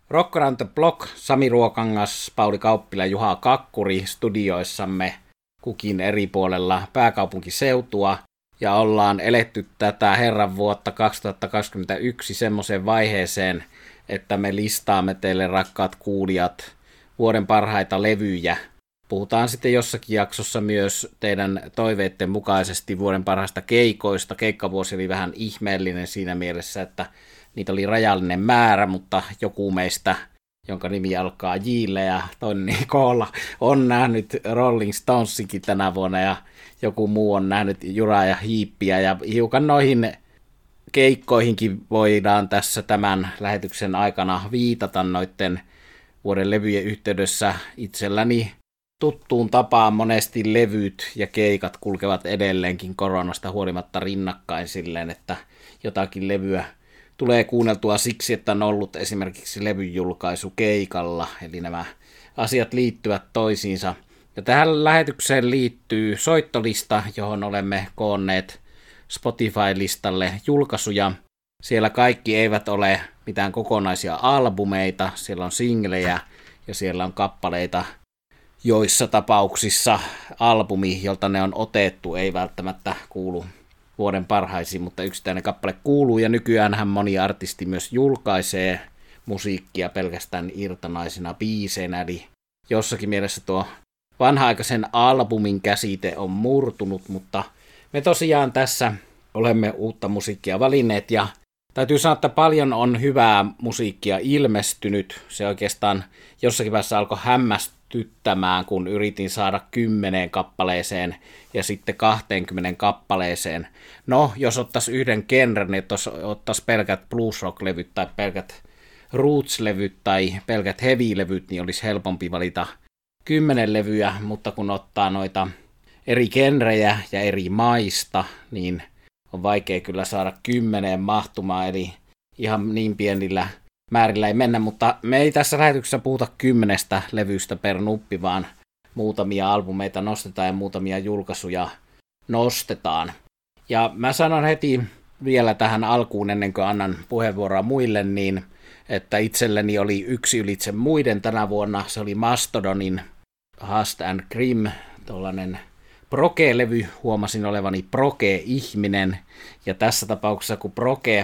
Rock Around the Block, Sami Ruokangas, Pauli Kauppila ja Juha Kakkuri studioissamme kukin eri puolella pääkaupunkiseutua. Ja ollaan eletty tätä herran vuotta 2021 semmoiseen vaiheeseen, että me listaamme teille rakkaat kuulijat vuoden parhaita levyjä. Puhutaan sitten jossakin jaksossa myös teidän toiveitten mukaisesti vuoden parhaista keikoista. Keikkavuosi oli vähän ihmeellinen siinä mielessä, että niitä oli rajallinen määrä, mutta joku meistä, jonka nimi alkaa Jille ja toinen Koolla, on nähnyt Rolling Stonesinkin tänä vuonna ja joku muu on nähnyt Jura ja Hiippiä ja hiukan noihin keikkoihinkin voidaan tässä tämän lähetyksen aikana viitata noiden vuoden levyjen yhteydessä. Itselläni tuttuun tapaan monesti levyt ja keikat kulkevat edelleenkin koronasta huolimatta rinnakkain silleen, että jotakin levyä tulee kuunneltua siksi, että on ollut esimerkiksi levyn julkaisu keikalla, eli nämä asiat liittyvät toisiinsa. Ja tähän lähetykseen liittyy soittolista, johon olemme koonneet Spotify-listalle julkaisuja. Siellä kaikki eivät ole mitään kokonaisia albumeita, siellä on singlejä ja siellä on kappaleita, joissa tapauksissa albumi, jolta ne on otettu, ei välttämättä kuulu vuoden parhaisiin, mutta yksittäinen kappale kuuluu, ja nykyäänhän moni artisti myös julkaisee musiikkia pelkästään irtonaisina biiseinä, eli jossakin mielessä tuo vanha-aikaisen albumin käsite on murtunut, mutta me tosiaan tässä olemme uutta musiikkia valinneet, ja täytyy sanoa, että paljon on hyvää musiikkia ilmestynyt. Se oikeastaan jossakin vaiheessa alkoi hämmästyttämään, kun yritin saada 10 kappaleeseen ja sitten 20 kappaleeseen. No, jos ottaisi yhden genren, että ottaisi pelkät blues rock-levyt tai pelkät roots-levyt tai pelkät heavy-levyt, niin olisi helpompi valita 10 levyä, mutta kun ottaa noita eri genrejä ja eri maista, niin on vaikea kyllä saada 10 mahtumaan, eli ihan niin pienillä määrillä ei mennä, mutta me ei tässä lähetyksessä puhuta 10 levystä per nuppi, vaan muutamia albumeita nostetaan ja muutamia julkaisuja nostetaan. Ja mä sanon heti vielä tähän alkuun, ennen kuin annan puheenvuoroa muille, niin että itselleni oli yksi ylitse muiden tänä vuonna. Se oli Mastodonin Hust and Grim, tuollainen proge-levy. Huomasin olevani proge-ihminen, ja tässä tapauksessa kun proge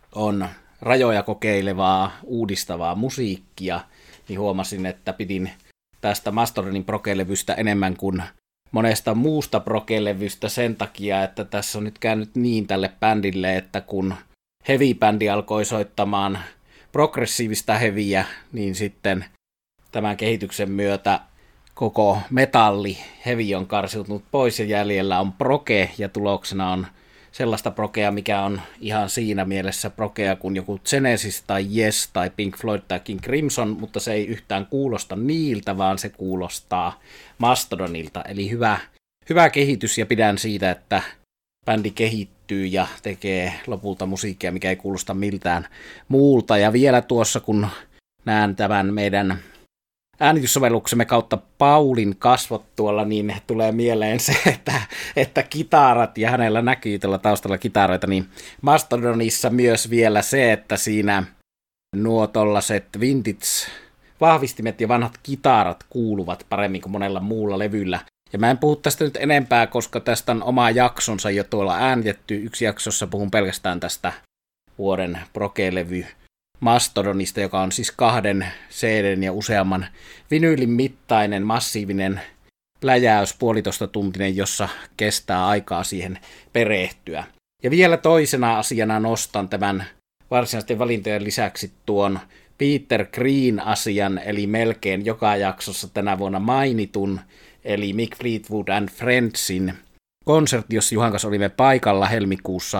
on rajoja kokeilevaa, uudistavaa musiikkia, niin huomasin, että pidin tästä Mastodonin proge-levystä enemmän kuin monesta muusta proge-levystä sen takia, että tässä on nyt käynyt niin tälle bändille, että kun heavy-bändi alkoi soittamaan progressiivista heavyä, niin sitten tämän kehityksen myötä koko metalli heavy on karsiutunut pois ja jäljellä on proge, ja tuloksena on sellaista progea, mikä on ihan siinä mielessä progea kuin joku Genesis tai Yes tai Pink Floyd tai King Crimson, mutta se ei yhtään kuulosta niiltä, vaan se kuulostaa Mastodonilta. Eli hyvä kehitys, ja pidän siitä, että bändi kehittyy ja tekee lopulta musiikkia, mikä ei kuulosta miltään muulta. Ja vielä tuossa, kun näen tämän meidän äänityssovelluksemme kautta Paulin kasvot tuolla, niin tulee mieleen se, että kitarat, ja hänellä näkyy tuolla taustalla kitaroita, niin Mastodonissa myös vielä se, että siinä nuo tollaset vintage-vahvistimet ja vanhat kitarat kuuluvat paremmin kuin monella muulla levyllä. Ja mä en puhu tästä nyt enempää, koska tästä on oma jaksonsa jo tuolla äänitetty. Yksi jaksossa puhun pelkästään tästä vuoden proge-levy Mastodonista, joka on siis 2 CD:n ja useamman vinyylin mittainen massiivinen pläjäys, 1,5 tuntinen, jossa kestää aikaa siihen perehtyä. Ja vielä toisena asiana nostan tämän varsinaisten valintojen lisäksi tuon Peter Green-asian, eli melkein joka jaksossa tänä vuonna mainitun, eli Mick Fleetwood and Friendsin konsertti, jossa Juhan kanssa olimme paikalla helmikuussa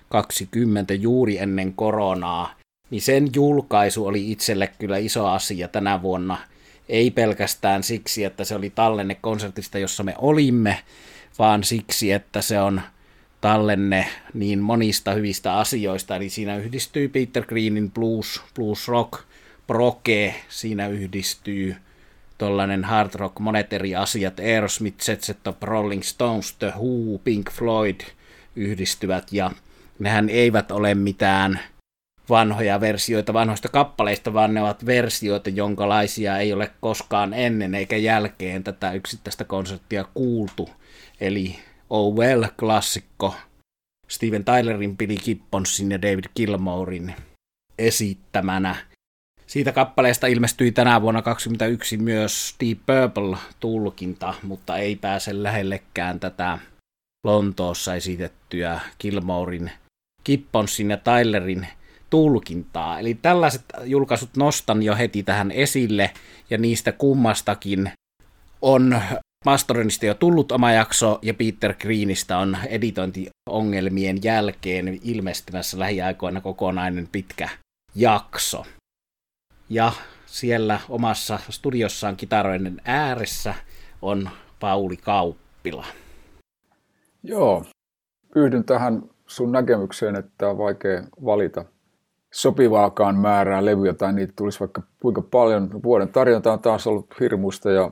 2020 juuri ennen koronaa. Niin sen julkaisu oli itselle kyllä iso asia tänä vuonna. Ei pelkästään siksi, että se oli tallenne konsertista, jossa me olimme, vaan siksi, että se on tallenne niin monista hyvistä asioista. Eli siinä yhdistyy Peter Greenin blues rock, proge, siinä yhdistyy tollainen hard rock, monet eri asiat, Aerosmith, ZZ Top, Rolling Stones, The Who, Pink Floyd yhdistyvät, ja nehän eivät ole mitään vanhoja versioita vanhoista kappaleista, vaan ne ovat versioita, jonkalaisia ei ole koskaan ennen eikä jälkeen tätä yksittäistä konserttia kuultu. Eli Oh Well-klassikko Steven Tylerin, Billy Gibbonsin ja David Gilmourin esittämänä. Siitä kappaleesta ilmestyi tänä vuonna 2021 myös Deep Purple-tulkinta, mutta ei pääse lähellekään tätä Lontoossa esitettyä Gilmourin, Gibbonsin ja Tylerin tulkintaa. Eli tällaiset julkaisut nostan jo heti tähän esille, ja niistä kummastakin on Mastodonista jo tullut oma jakso, ja Peter Greenistä on editointiongelmien jälkeen ilmestymässä lähiaikoina kokonainen pitkä jakso. Ja siellä omassa studiossaan kitaroiden ääressä on Pauli Kauppila. Joo, yhdyn tähän sun näkemykseen, että on vaikea valita sopivaakaan määrää levyjä, tai niitä tulisi vaikka kuinka paljon. Vuoden tarjonta on taas ollut hirmuista, ja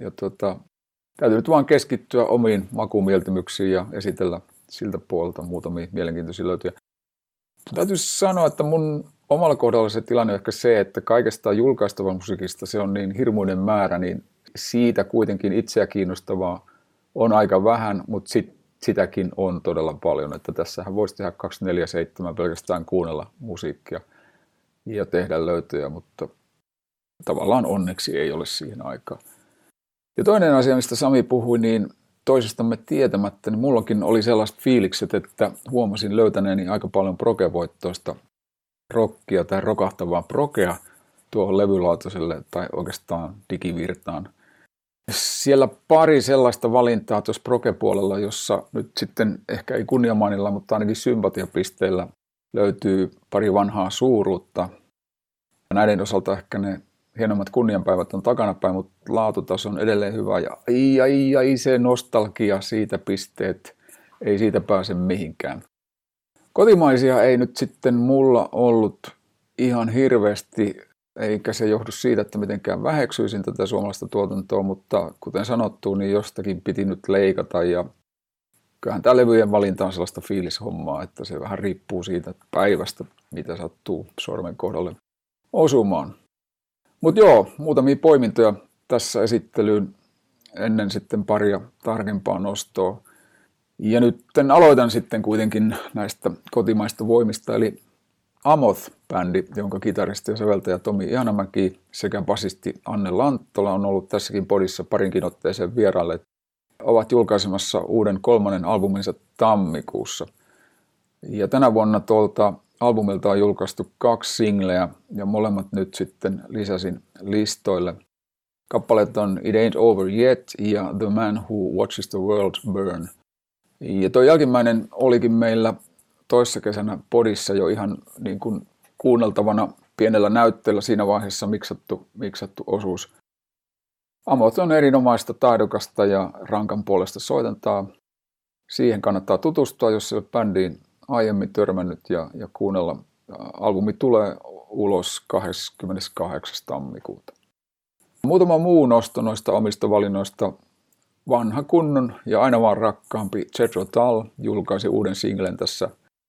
täytyy nyt vaan keskittyä omiin makumieltymyksiin ja esitellä siltä puolelta muutamia mielenkiintoisia löytyjä. Täytyy sanoa, että mun omalla kohdalla se tilanne on ehkä se, että kaikesta julkaistavaa musiikista se on niin hirmuinen määrä, niin siitä kuitenkin itseä kiinnostavaa on aika vähän, mutta sitäkin on todella paljon. Että tässähän voisi tehdä 24/7 pelkästään kuunnella musiikkia ja tehdä löytöjä, mutta tavallaan onneksi ei ole siihen aikaa. Ja toinen asia, mistä Sami puhui, niin toisestamme tietämättä, niin mullakin oli sellaiset fiilikset, että huomasin löytäneeni aika paljon progevoittoista rockia tai rokahtavaa progea tuohon levylautaselle tai oikeastaan digivirtaan. Siellä pari sellaista valintaa tuossa proge-puolella, jossa nyt sitten ehkä ei kunniamainilla, mutta ainakin sympatiapisteillä löytyy pari vanhaa suuruutta. Näiden osalta ehkä ne hienommat kunnianpäivät on takanapäin, mutta laatutaso on edelleen hyvä. Ja ai se nostalgia, siitä pisteet, ei siitä pääse mihinkään. Kotimaisia ei nyt sitten mulla ollut ihan hirveästi, eikä se johdu siitä, että mitenkään väheksyisin tätä suomalaista tuotantoa, mutta kuten sanottu, niin jostakin piti nyt leikata. Ja kyllähän tämä levyjen valinta on sellaista fiilishommaa, että se vähän riippuu siitä päivästä, mitä sattuu sormen kohdalle osumaan. Mutta joo, muutamia poimintoja tässä esittelyyn ennen sitten paria tarkempaa nostoa. Ja nyt aloitan sitten kuitenkin näistä kotimaista voimista, eli Amoth-bändi, jonka kitaristi ja säveltäjä Tomi Ihanamäki sekä basisti Anne Lanttola on ollut tässäkin podissa parinkin otteeseen vieraille, ovat julkaisemassa uuden 3. albuminsa tammikuussa. Ja tänä vuonna tuolta albumilta on julkaistu 2 singleä ja molemmat nyt sitten lisäsin listoille. Kappaleet on It Ain't Over Yet ja The Man Who Watches the World Burn. Ja tuo jälkimmäinen olikin meillä toissa kesänä podissa jo ihan niin kuin kuunneltavana pienellä näytteellä siinä vaiheessa miksattu osuus. Amoth on erinomaista, taidokasta ja rankan puolesta soitantaa. Siihen kannattaa tutustua, jos ei ole bändiin aiemmin törmännyt ja kuunnella. Albumi tulee ulos 28. tammikuuta. Muutama muu nosto noista omista valinnoista. Vanha kunnon ja aina vaan rakkaampi Jethro Tull julkaisi uuden singlen tässä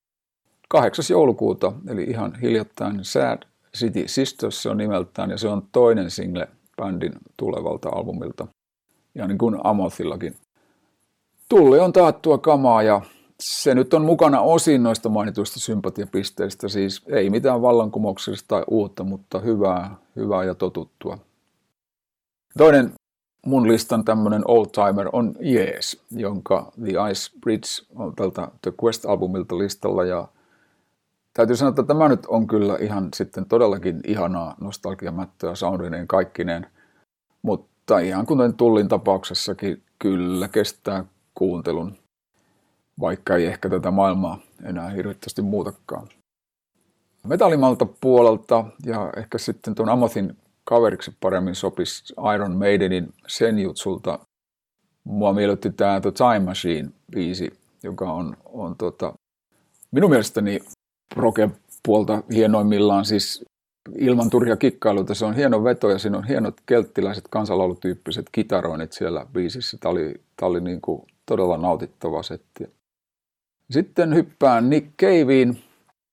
8. joulukuuta, eli ihan hiljattain Sad City Sisters se on nimeltään, ja se on toinen single bändin tulevalta albumilta, ja niin kuin Amothillakin. Tulli on taattua kamaa, ja se nyt on mukana osin noista mainituista sympatiapisteistä, siis ei mitään vallankumouksellista tai uutta, mutta hyvää ja totuttua. Toinen mun listan tämmönen old-timer on Yes, jonka The Ice Bridge on tältä The Quest-albumilta listalla, ja täytyy sanoa, että tämä nyt on kyllä ihan sitten todellakin ihanaa nostalgiamättöä soundineen kaikkineen, mutta ihan kuten Tullin tapauksessakin kyllä kestää kuuntelun, vaikka ei ehkä tätä maailmaa enää hirvittävästi muutakaan. Metallimalta puolelta ja ehkä sitten tuon Amothin kaveriksi paremmin sopisi Iron Maidenin Senjutsulta. Mua miellytti tämä The Time Machine-biisi, joka on minun mielestäni proge-puolta hienoimmillaan, siis ilman turhia kikkailuita. Se on hieno veto ja siinä on hienot kelttiläiset kansanlaulutyyppiset kitaroinnit siellä biisissä. Tämä oli niin kuin todella nautittava setti. Sitten hyppään Nick Caveen.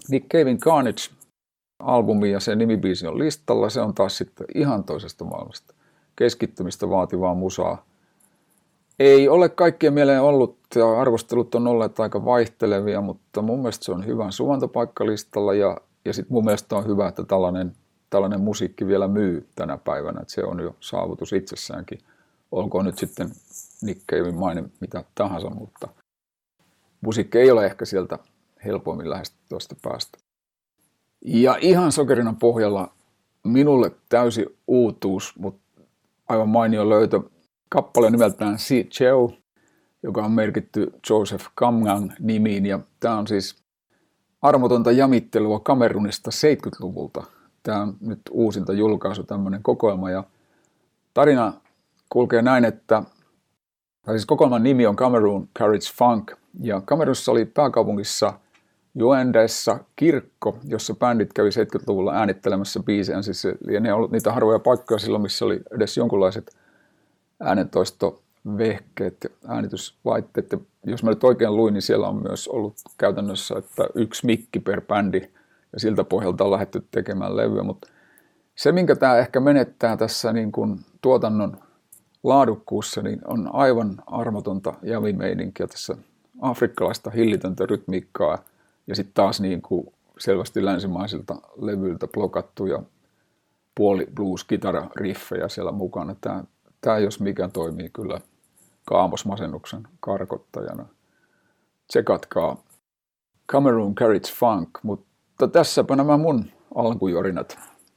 Nick Caven Carnage-albumi ja se nimibiisi on listalla. Se on taas sitten ihan toisesta maailmasta. Keskittymistä vaativaa musaa. Ei ole kaikkien mieleen ollut ja arvostelut on olleet aika vaihtelevia, mutta mun mielestä se on hyvän suvantopaikkalistalla ja sitten mun mielestä on hyvä, että tällainen musiikki vielä myy tänä päivänä, että se on jo saavutus itsessäänkin. Olkoon nyt sitten Nick Caven maine mitä tahansa, mutta musiikki ei ole ehkä sieltä helpommin lähestyttävästä päästä. Ja ihan sokerinan pohjalla minulle täysi uutuus, mutta aivan mainio löytö. Kappale on nimeltään Si Cheu, joka on merkitty Joseph Kamngan nimiin. Ja tämä on siis armotonta jamittelua Kamerunista 70-luvulta. Tämä on nyt uusinta julkaisu, tämmöinen kokoelma. Ja tarina kulkee näin, että siis kokoelman nimi on Cameroon Carriage Funk. Ja Kamerunissa oli pääkaupungissa Joendessa kirkko, jossa bändit kävi 70-luvulla äänittelemässä biisejä. Siis lienee ollut niitä harvoja paikkoja silloin, missä oli edes jonkunlaiset äänentoistovehkeet ja äänityslaitteet. Ja jos mä nyt oikein luin, niin siellä on myös ollut käytännössä, että 1 mikki per bändi. Ja siltä pohjalta on lähdetty tekemään levyä. Mutta se, minkä tämä ehkä menettää tässä niin kuin tuotannon laadukkuussa, niin on aivan armotonta jamimeininkiä tässä afrikkalaista hillitöntä rytmiikkaa. Ja sitten taas niin kuin selvästi länsimaisilta levyiltä blokattuja puoli blues-kitara-riffejä siellä mukana. Tämä jos mikä toimii kyllä kaamosmasennuksen karkottajana. Tsekatkaa Cameroon Carriage Funk, mutta tässäpä nämä mun alkujorinat.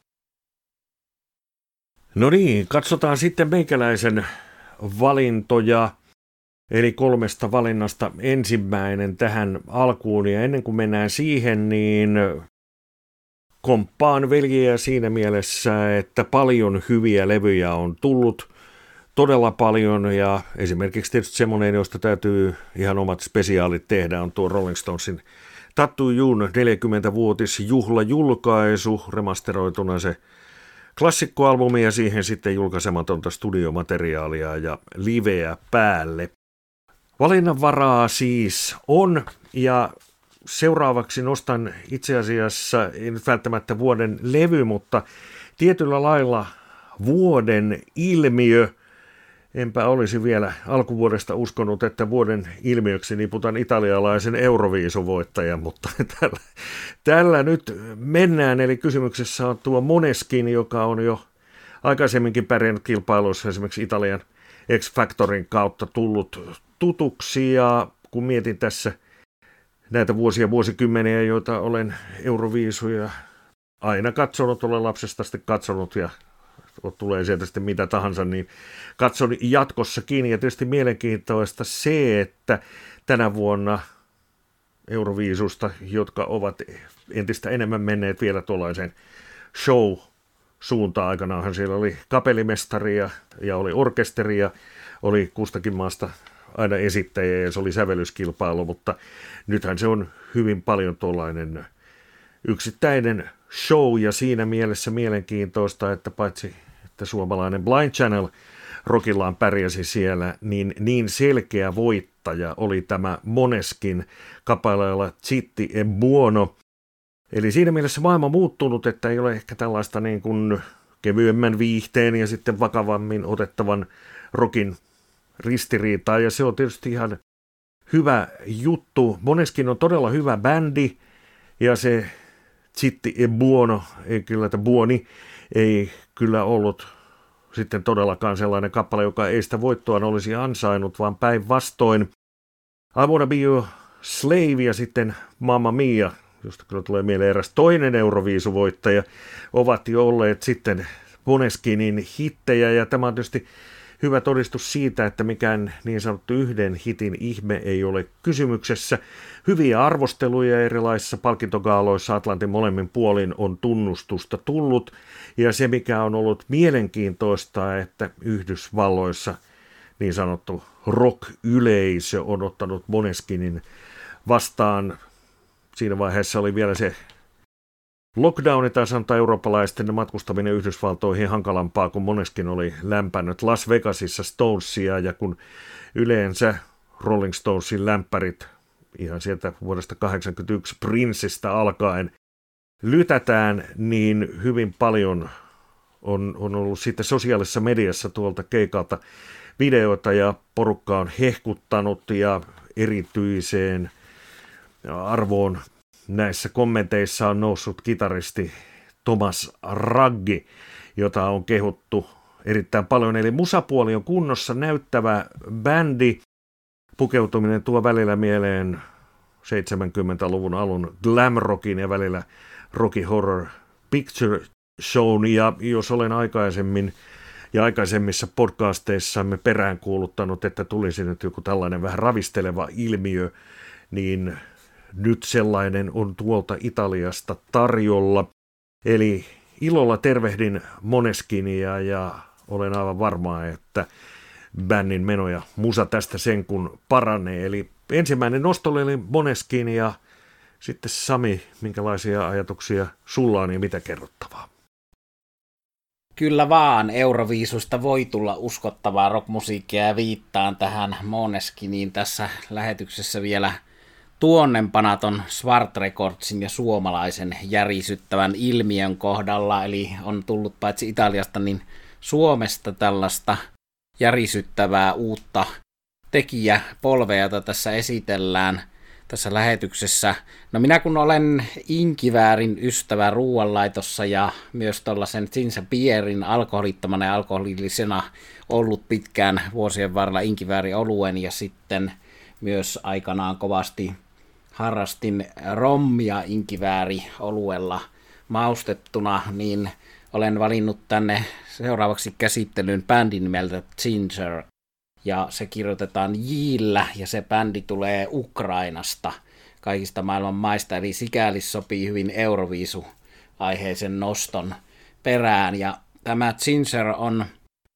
No niin, katsotaan sitten meikäläisen valintoja. Eli 3 valinnasta ensimmäinen tähän alkuun. Ja ennen kuin mennään siihen, niin komppaan veljeä siinä mielessä, että paljon hyviä levyjä on tullut. Todella paljon, ja esimerkiksi tietysti semmoinen, josta täytyy ihan omat spesiaalit tehdä, on tuo Rolling Stonesin Tattoo Youn 40-vuotisjuhlajulkaisu, remasteroituna se klassikkoalbumi ja siihen sitten julkaisematonta studiomateriaalia ja liveä päälle. Valinnanvaraa siis on, ja seuraavaksi nostan itse asiassa, ei nyt välttämättä vuoden levy, mutta tietyllä lailla vuoden ilmiö. Enpä olisi vielä alkuvuodesta uskonut, että vuoden ilmiöksi niputan italialaisen Euroviisuvoittajan, mutta tällä nyt mennään. Eli kysymyksessä on tuo Måneskin, joka on jo aikaisemminkin pärjännyt kilpailuissa esimerkiksi Italian X Factorin kautta tullut tutuksi. Ja kun mietin tässä näitä vuosikymmeniä, joita olen Euroviisuja aina katsonut, olen lapsesta sitten katsonut ja tulee sieltä sitten mitä tahansa, niin katson jatkossakin. Ja tietysti mielenkiintoista se, että tänä vuonna Euroviisusta, jotka ovat entistä enemmän menneet vielä tuollaiseen show-suuntaan. Aikanaanhan siellä oli kapellimestaria ja oli orkesteria, oli kustakin maasta aina esittäjä ja se oli sävellyskilpailu, mutta nythän se on hyvin paljon tuollainen yksittäinen show ja siinä mielessä mielenkiintoista, että paitsi että suomalainen Blind Channel rockillaan pärjäsi siellä, niin selkeä voittaja oli tämä Måneskin kappaleella Zitti e Buono. Eli siinä mielessä maailma muuttunut, että ei ole ehkä tällaista niin kuin kevyemmän viihteen ja sitten vakavammin otettavan rockin ristiriitaa, ja se on tietysti ihan hyvä juttu. Måneskin on todella hyvä bändi, ja se Zitti e Buono, ei kyllä, että Buoni ei kyllä ollut sitten todellakaan sellainen kappale, joka ei sitä voittoa olisi ansainnut, vaan päinvastoin I Wanna Be Your Slave ja sitten Mamma Mia, josta kyllä tulee mieleen eräs toinen Euroviisuvoittaja, ovat jo olleet sitten Måneskinin hittejä, ja tämä on tietysti hyvä todistus siitä, että mikään niin sanottu yhden hitin ihme ei ole kysymyksessä. Hyviä arvosteluja erilaisissa palkintogaaloissa Atlantin molemmin puolin on tunnustusta tullut. Ja se, mikä on ollut mielenkiintoista, että Yhdysvalloissa niin sanottu rock-yleisö on ottanut Måneskinin vastaan. Siinä vaiheessa oli vielä se lockdowni tai sanotaan eurooppalaisten matkustaminen Yhdysvaltoihin hankalampaa, kun Måneskin oli lämpännyt Las Vegasissa Stonesia, ja kun yleensä Rolling Stonesin lämpärit ihan sieltä vuodesta 1981 Princestä alkaen lytätään, niin hyvin paljon on ollut sitten sosiaalisessa mediassa tuolta keikalta videoita ja porukka on hehkuttanut ja erityiseen arvoon näissä kommenteissa on noussut kitaristi Thomas Raggi, jota on kehuttu erittäin paljon. Eli musapuoli on kunnossa, näyttävä bändi. Pukeutuminen tuo välillä mieleen 70-luvun alun glam rockin ja välillä Rocky Horror Picture Shown. Ja jos olen aikaisemmin ja aikaisemmissa podcasteissamme peräänkuuluttanut, että tulisi nyt joku tällainen vähän ravisteleva ilmiö, niin nyt sellainen on tuolta Italiasta tarjolla. Eli ilolla tervehdin Måneskinia ja olen aivan varma, että bändin meno ja musa tästä sen kun paranee. Eli ensimmäinen nosto oli Måneskin ja sitten Sami, minkälaisia ajatuksia sulla on ja mitä kerrottavaa? Kyllä vaan, Euroviisusta voi tulla uskottavaa rockmusiikkia ja viittaan tähän Måneskiniin tässä lähetyksessä vielä tuonnempana ton Svart Recordsin ja suomalaisen järisyttävän ilmiön kohdalla, eli on tullut paitsi Italiasta niin Suomesta tällaista järisyttävää uutta tekijäpolvea, jota tässä esitellään tässä lähetyksessä. No minä kun olen Inkiväärin ystävä ruoanlaitossa ja myös tuollaisen Ginger Beerin alkoholittomana ja alkoholillisena ollut pitkään vuosien varrella Inkiväärin oluen ja sitten myös aikanaan kovasti harrastin rommia Inkivääri oluella maustettuna, niin olen valinnut tänne seuraavaksi käsittelyyn bändin nimeltä Ginger. Ja se kirjoitetaan J:llä ja se bändi tulee Ukrainasta kaikista maailman maista, eli sikäli sopii hyvin Euroviisu-aiheisen noston perään. Ja tämä Ginger on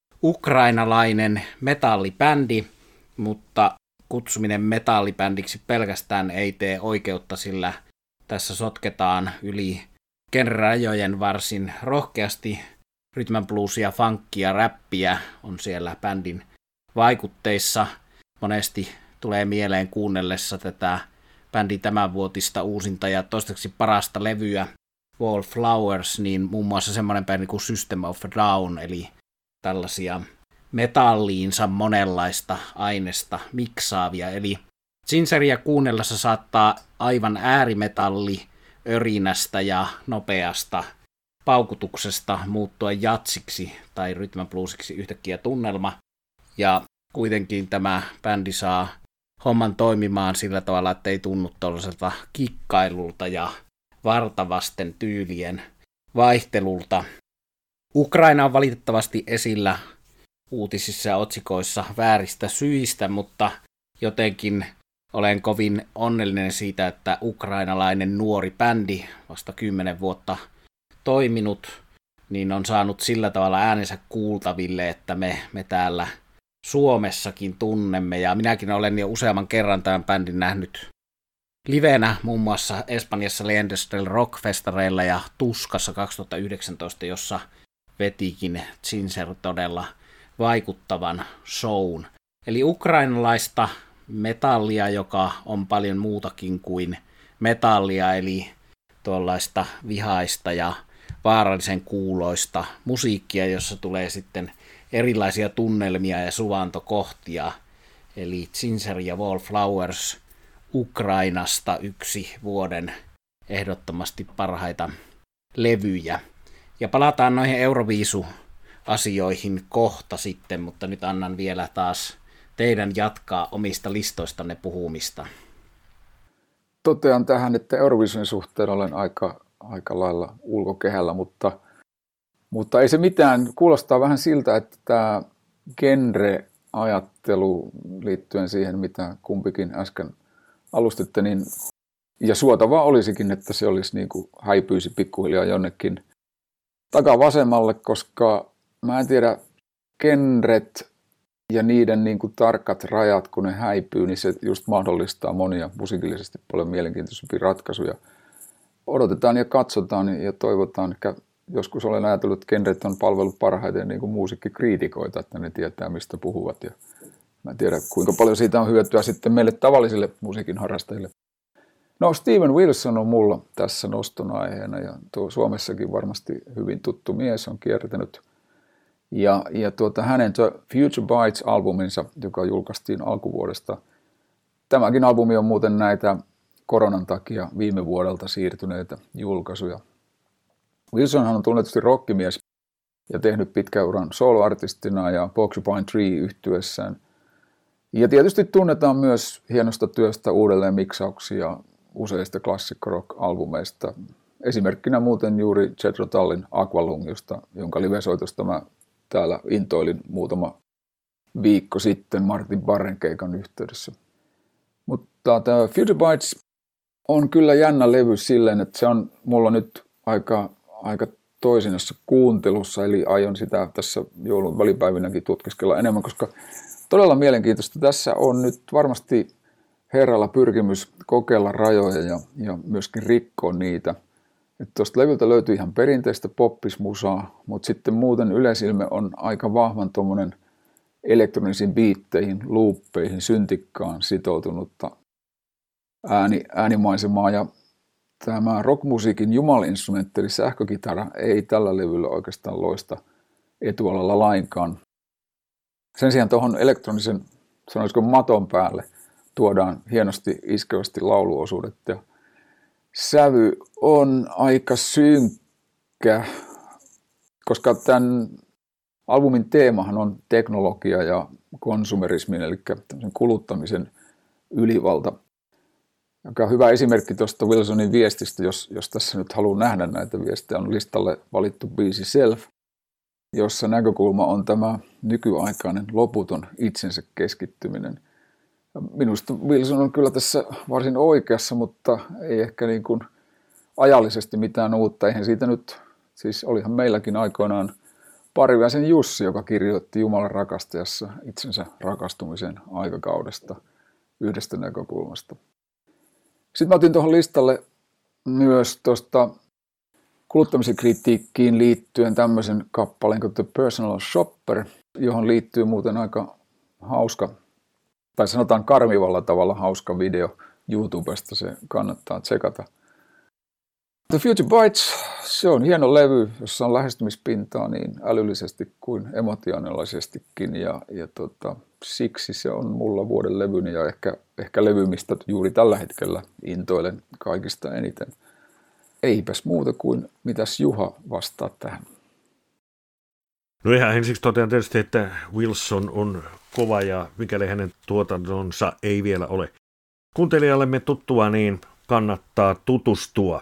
ukrainalainen metallibändi, mutta kutsuminen metallibändiksi pelkästään ei tee oikeutta, sillä tässä sotketaan yli genrerajojen varsin rohkeasti. Rhythm and bluesia, funkia, räppiä on siellä bändin vaikutteissa. Monesti tulee mieleen kuunnellessa tätä bändin tämänvuotista uusinta ja toistaiseksi parasta levyä Wallflowers, niin muun muassa semmoinen bändi kuin System of a Down, eli tällaisia metalliinsa monenlaista aineesta miksaavia. Eli Gingeria kuunnellessa saattaa aivan äärimetalli örinästä ja nopeasta paukutuksesta muuttua jatsiksi tai rhythm and bluesiksi yhtäkkiä tunnelma. Ja kuitenkin tämä bändi saa homman toimimaan sillä tavalla, että ei tunnu tuollaiselta kikkailulta ja vartavasten tyylien vaihtelulta. Ukraina on valitettavasti esillä uutisissa ja otsikoissa vääristä syistä, mutta jotenkin olen kovin onnellinen siitä, että ukrainalainen nuori bändi, vasta 10 vuotta toiminut, niin on saanut sillä tavalla äänensä kuultaville, että me täällä Suomessakin tunnemme. Ja minäkin olen jo useamman kerran tämän bändin nähnyt livenä, muun muassa Espanjassa Leyendas del Rock-festareilla ja Tuskassa 2019, jossa vetikin Ginger todella vaikuttavan shown. Eli ukrainalaista metallia, joka on paljon muutakin kuin metallia, eli tuollaista vihaista ja vaarallisen kuuloista musiikkia, jossa tulee sitten erilaisia tunnelmia ja suvantokohtia. Eli Ginger ja Wallflowers Ukrainasta yksi vuoden ehdottomasti parhaita levyjä. Ja palataan noihin Euroviisu-asioihin kohta sitten, mutta nyt annan vielä taas teidän jatkaa omista listoistanne puhumista. Totean tähän, että Eurovisionin suhteen olen aika lailla ulkokehällä, mutta ei se mitään. Kuulostaa vähän siltä, että tämä genre-ajattelu liittyen siihen, mitä kumpikin äsken alustitte, niin, ja suotavaa olisikin, että se olisi niin kuin häipyisi pikkuhiljaa jonnekin takavasemmalle, koska mä en tiedä, genret ja niiden niin kuin tarkat rajat, kun ne häipyy, niin se just mahdollistaa monia musiikillisesti paljon mielenkiintoisempia ratkaisuja. Odotetaan ja katsotaan ja toivotaan. Joskus olen ajatellut, että genret on palvellut parhaiten niin kuin musiikkikriitikoita, että ne tietää, mistä puhuvat. Mä en tiedä, kuinka paljon siitä on hyötyä sitten meille tavallisille musiikin harrastajille. No, Steven Wilson on mulla tässä noston aiheena ja tuo Suomessakin varmasti hyvin tuttu mies on kiertänyt. Ja hänen The Future Bites-albuminsa, joka julkaistiin alkuvuodesta. Tämäkin albumi on muuten näitä koronan takia viime vuodelta siirtyneitä julkaisuja. Wilsonhan on tunnetusti rockimies ja tehnyt pitkän uran soloartistina ja Porcupine Tree-yhtyessään. Ja tietysti tunnetaan myös hienosta työstä uudelleen miksauksia useista klassikko-rock-albumeista. Esimerkkinä muuten juuri Jethro Tullin Aqualung, jonka livesoitosta mä täällä intoilin muutama viikko sitten Martin Barren keikan yhteydessä. Mutta tämä Future Bites on kyllä jännä levy silleen, että se on mulla nyt aika toisinassa kuuntelussa, eli aion sitä tässä joulun välipäivinäkin tutkiskella enemmän, koska todella mielenkiintoista. Tässä on nyt varmasti herralla pyrkimys kokeilla rajoja ja myöskin rikkoa niitä. Tuosta levyltä löytyy ihan perinteistä poppismusaa, mutta sitten muuten yleisilme on aika vahvan tuommoinen elektronisiin biitteihin, looppeihin, syntikkaan sitoutunutta äänimaisemaa. Ja tämä rockmusiikin jumalinstrumentti, eli sähkökitara, ei tällä levyllä oikeastaan loista etualalla lainkaan. Sen sijaan tuohon elektronisen, sanoisiko maton päälle, tuodaan hienosti iskevästi lauluosuudet. Ja sävy on aika synkkä, koska tämän albumin teemahan on teknologia ja konsumerismin, eli kuluttamisen ylivalta. Joka on hyvä esimerkki tuosta Wilsonin viestistä, jos tässä nyt haluaa nähdä näitä viestejä, on listalle valittu biisi Self, jossa näkökulma on tämä nykyaikainen loputon itsensä keskittyminen. Minusta Wilson on kyllä tässä varsin oikeassa, mutta ei ehkä niin kuin ajallisesti mitään uutta. Eihän siitä nyt, siis olihan meilläkin aikoinaan Pariväisen Jussi, joka kirjoitti Jumalan rakastajassa itsensä rakastumisen aikakaudesta yhdestä näkökulmasta. Sitten mä otin tuohon listalle myös tuosta kuluttamisen kritiikkiin liittyen tämmöisen kappaleen kuin The Personal Shopper, johon liittyy muuten aika hauska, tai sanotaan karmivalla tavalla hauska video YouTubesta, se kannattaa tsekata. The Future Bites, se on hieno levy, jossa on lähestymispintaa niin älyllisesti kuin emotionaalisestikin ja siksi se on mulla vuoden levyni ja ehkä levy, mistä juuri tällä hetkellä intoilen kaikista eniten. Eipäs muuta kuin mitäs Juha vastaa tähän. No ihan ensiksi totean tietysti, että Wilson on kova ja mikäli hänen tuotantonsa ei vielä ole kuuntelijallemme tuttua, niin kannattaa tutustua.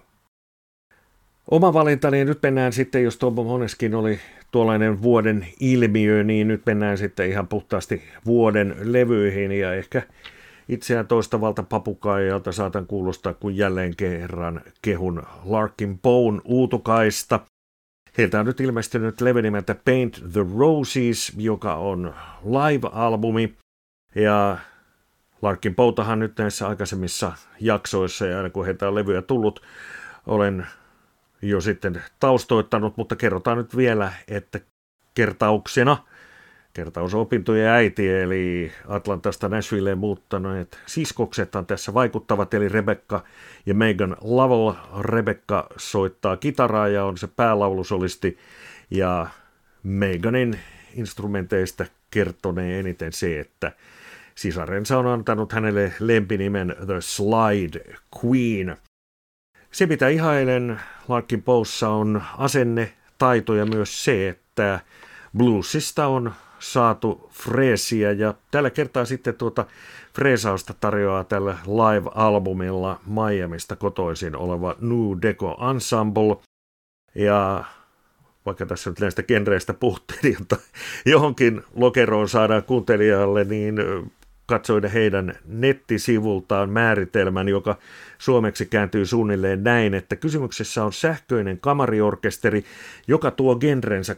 Oma valintani, nyt mennään sitten, jos Tom Moneskin oli tuollainen vuoden ilmiö, niin nyt mennään sitten ihan puhtaasti vuoden levyihin ja ehkä itseään toistavalta papukaijalta saatan kuulostaa, kun jälleen kerran kehun Larkin Poen uutukaista. Heiltä on nyt ilmestynyt levy nimeltä Paint the Roses, joka on live-albumi. Ja Larkin Poetahan nyt näissä aikaisemmissa jaksoissa, ja aina kun heiltä on levyjä tullut, olen jo sitten taustoittanut, mutta kerrotaan nyt vielä, että kertauksena, kertausopintojen äiti, eli Atlantasta Nashvilleen muuttaneet siskoksethan tässä vaikuttavat, eli Rebecca ja Megan Lovell. Rebecca soittaa kitaraa ja on se päälaulusolisti, ja Meganin instrumenteista kertonee eniten se, että sisarensa on antanut hänelle lempinimen The Slide Queen. Se, mitä ihailen Larkin Poessa, on asenne, taito ja myös se, että bluesista on saatu freesiä ja tällä kertaa sitten freesausta tarjoaa tällä live-albumilla Miamista kotoisin oleva New Deco Ensemble. Ja vaikka tässä nyt näistä genreistä puhuttiin, jotta johonkin lokeroon saadaan kuuntelijalle, niin katsoin heidän nettisivultaan määritelmän, joka suomeksi kääntyy suunnilleen näin, että kysymyksessä on sähköinen kamariorkesteri, joka tuo genrensä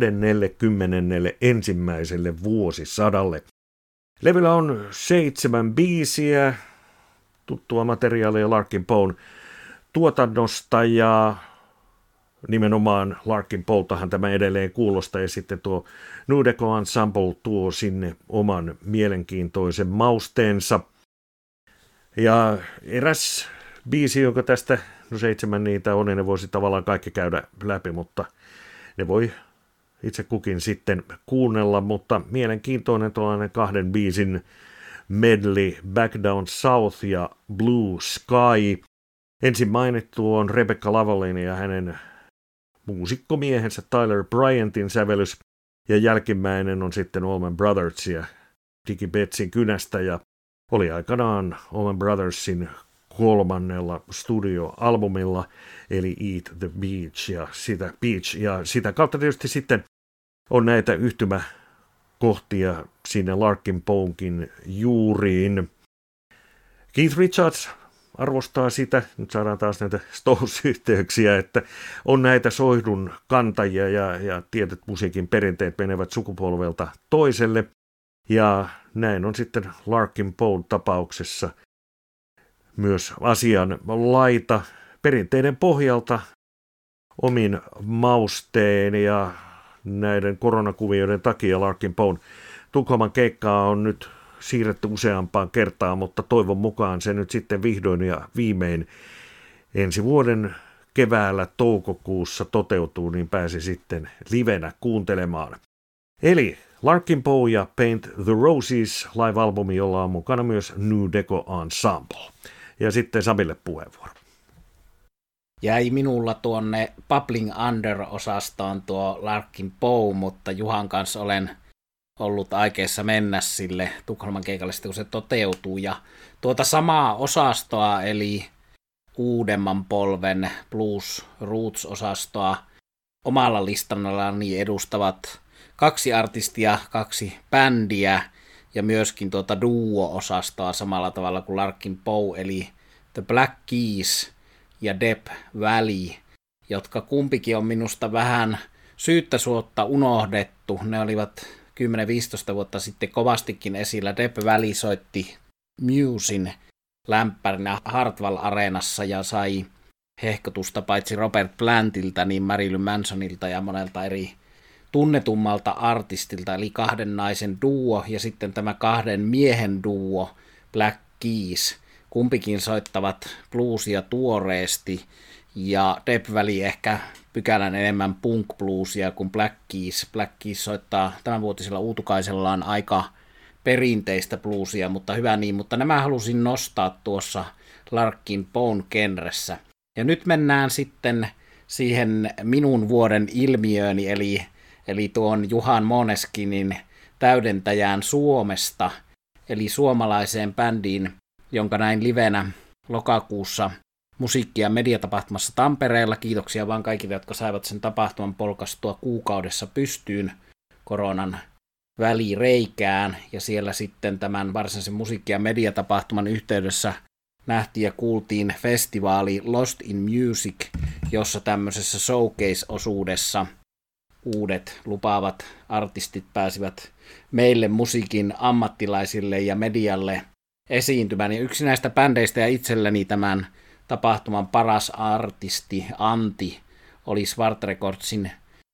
21. vuosisadalle. Levyllä on 7 biisiä, tuttua materiaalia Larkin Poen tuotannosta ja nimenomaan Larkin Poultahan tämä edelleen kuulostaa, ja sitten tuo New Deco Ensemble tuo sinne oman mielenkiintoisen mausteensa. Ja eräs biisi, jonka tästä, 7 niitä on, ja ne voisi tavallaan kaikki käydä läpi, mutta ne voi itse kukin sitten kuunnella, mutta mielenkiintoinen tuollainen 2 biisin medley, Back Down South ja Blue Sky. Ensin mainittu on Rebecca Lavalin ja hänen muusikkomiehensä Tyler Bryantin sävellys, ja jälkimmäinen on sitten Allman Brothersia Dickie Bettsin kynästä, ja oli aikanaan Allman Brothersin 3. studioalbumilla, eli Eat the Beach, ja sitä kautta tietysti sitten on näitä yhtymäkohtia sinne Larkin Pounkin juuriin. Keith Richards arvostaa sitä, nyt saadaan taas näitä Stones-yhteyksiä, että on näitä soihdun kantajia ja tietyt musiikin perinteet menevät sukupolvelta toiselle. Ja näin on sitten Larkin Pound tapauksessa myös asian laita perinteiden pohjalta omin mausteen, ja näiden koronakuvioiden takia Larkin Pound Tukholman keikkaa on nyt siirretty useampaan kertaan, mutta toivon mukaan se nyt sitten vihdoin ja viimein ensi vuoden keväällä toukokuussa toteutuu, niin pääsi sitten livenä kuuntelemaan. Eli Larkin Poe ja Paint the Roses live-albumi, jolla on mukana myös New Deco Ensemble. Ja sitten Samille puheenvuoro. Jäi minulla tuonne Bubbling Under-osastoon tuo Larkin Poe, mutta Juhan kanssa olen ollut aikeissa mennä sille Tukholman keikalle sitten, kun se toteutuu. Ja tuota samaa osastoa, eli uudemman polven Blues Roots-osastoa omalla listallani edustavat 2 artistia, 2 bändiä ja myöskin tuota duo-osastoa samalla tavalla kuin Larkin Poe, eli The Black Keys ja Depp Valley, jotka kumpikin on minusta vähän syyttä suotta unohdettu. Ne olivat 10-15 vuotta sitten kovastikin esillä. Depp Valley soitti Musin lämpärinä Hartwall-areenassa ja sai hehkotusta paitsi Robert Plantilta, niin Marilyn Mansonilta ja monelta eri tunnetummalta artistilta, eli 2 naisen duo ja sitten tämä 2 miehen duo Black Keys. Kumpikin soittavat bluesia tuoreesti, ja Depp Valley ehkä pykälän enemmän punk-bluesia kuin Black Keys. Black Keys soittaa tämänvuotisella uutukaisellaan aika perinteistä bluesia, mutta hyvä niin, mutta nämä halusin nostaa tuossa Larkin Poen genressä. Ja nyt mennään sitten siihen minun vuoden ilmiööni, eli tuon Juhan Måneskinin täydentäjään Suomesta, eli suomalaiseen bändiin, jonka näin livenä lokakuussa musiikki- ja mediatapahtumassa Tampereella. Kiitoksia vaan kaikille, jotka saivat sen tapahtuman polkastua kuukaudessa pystyyn koronan välireikään. Ja siellä sitten tämän varsinaisen musiikki- ja mediatapahtuman yhteydessä nähtiin ja kuultiin festivaali Lost in Music, jossa tämmöisessä showcase-osuudessa uudet lupaavat artistit pääsivät meille musiikin ammattilaisille ja medialle esiintymään. Ja yksi näistä bändeistä ja itselleni tämän tapahtuman paras artisti Antti oli Svart Recordsin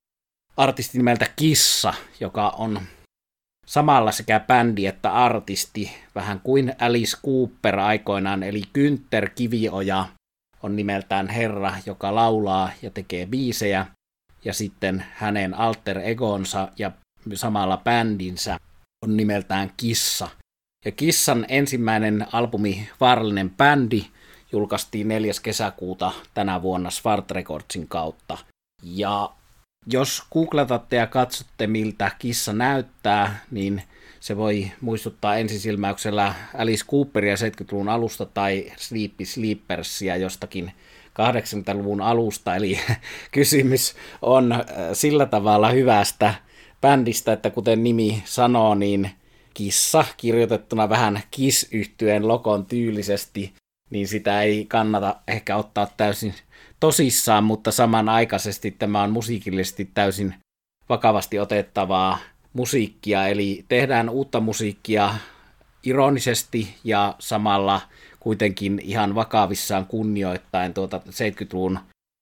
artisti nimeltä Kissa, joka on samalla sekä bändi että artisti, vähän kuin Alice Cooper aikoinaan, eli Günther Kivioja on nimeltään herra, joka laulaa ja tekee biisejä, ja sitten hänen alter egonsa ja samalla bändinsä on nimeltään Kissa. Ja Kissan ensimmäinen albumi Vaarallinen bändi julkaistiin 4. kesäkuuta tänä vuonna Svart Recordsin kautta. Ja jos googletatte ja katsotte, miltä Kissa näyttää, niin se voi muistuttaa ensisilmäyksellä Alice Cooperia 70-luvun alusta tai Sleepy Sleepersia jostakin 80-luvun alusta. Eli kysymys on sillä tavalla hyvästä bändistä, että kuten nimi sanoo, niin Kissa kirjoitettuna vähän Kiss-yhtyeen logon tyylisesti, niin sitä ei kannata ehkä ottaa täysin tosissaan, mutta samanaikaisesti tämä on musiikillisesti täysin vakavasti otettavaa musiikkia, eli tehdään uutta musiikkia ironisesti ja samalla kuitenkin ihan vakavissaan kunnioittaen tuota 70-luvun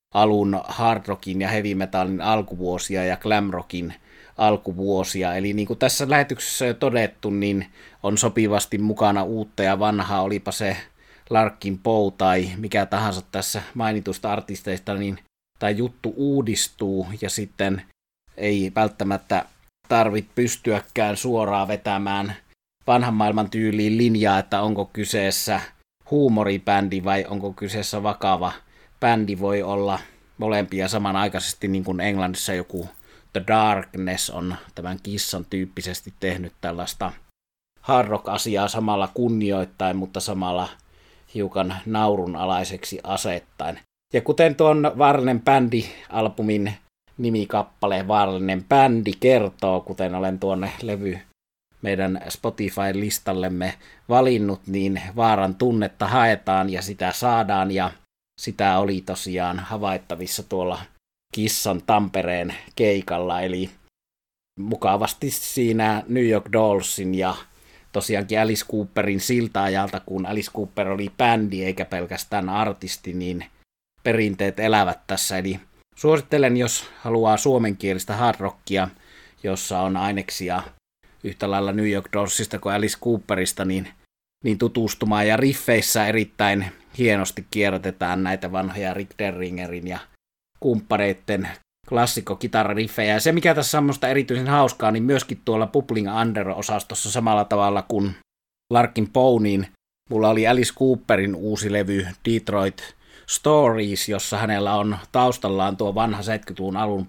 alun hard rockin ja heavy metalin alkuvuosia ja glam rockin alkuvuosia. Eli niin kuin tässä lähetyksessä jo todettu, niin on sopivasti mukana uutta ja vanhaa, olipa se Larkin Poe tai mikä tahansa tässä mainitusta artisteista, niin tämä juttu uudistuu ja sitten ei välttämättä tarvitse pystyäkään suoraan vetämään vanhan maailman tyyliin linjaa, että onko kyseessä huumoribändi vai onko kyseessä vakava bändi. Voi olla molempia samanaikaisesti, niin kuin Englannissa joku The Darkness on tämän Kissan tyyppisesti tehnyt tällaista hard rock-asiaa samalla kunnioittain, mutta samalla hiukan naurunalaiseksi asettaen. Ja kuten tuon Vaarallinen bändi-albumin nimikappale Vaarallinen bändi kertoo, kuten olen tuonne levy meidän Spotify-listallemme valinnut, niin vaaran tunnetta haetaan ja sitä saadaan, ja sitä oli tosiaan havaittavissa tuolla Kissan Tampereen keikalla, eli mukavasti siinä New York Dollsin ja tosiaankin Alice Cooperin siltä ajalta, kun Alice Cooper oli bändi eikä pelkästään artisti, niin perinteet elävät tässä. Eli suosittelen, jos haluaa suomenkielistä hard rockia, jossa on aineksia yhtä lailla New York Dollsista kuin Alice Cooperista, niin tutustumaan. Ja riffeissä erittäin hienosti kierrätetään näitä vanhoja Rick Derringerin ja kumppaneiden klassikko-kitarariffejä. Ja se, mikä tässä on minusta erityisen hauskaa, niin myöskin tuolla Bubbling Under-osastossa samalla tavalla kuin Larkin Poe, niin mulla oli Alice Cooperin uusi levy Detroit Stories, jossa hänellä on taustallaan tuo vanha 70-luvun alun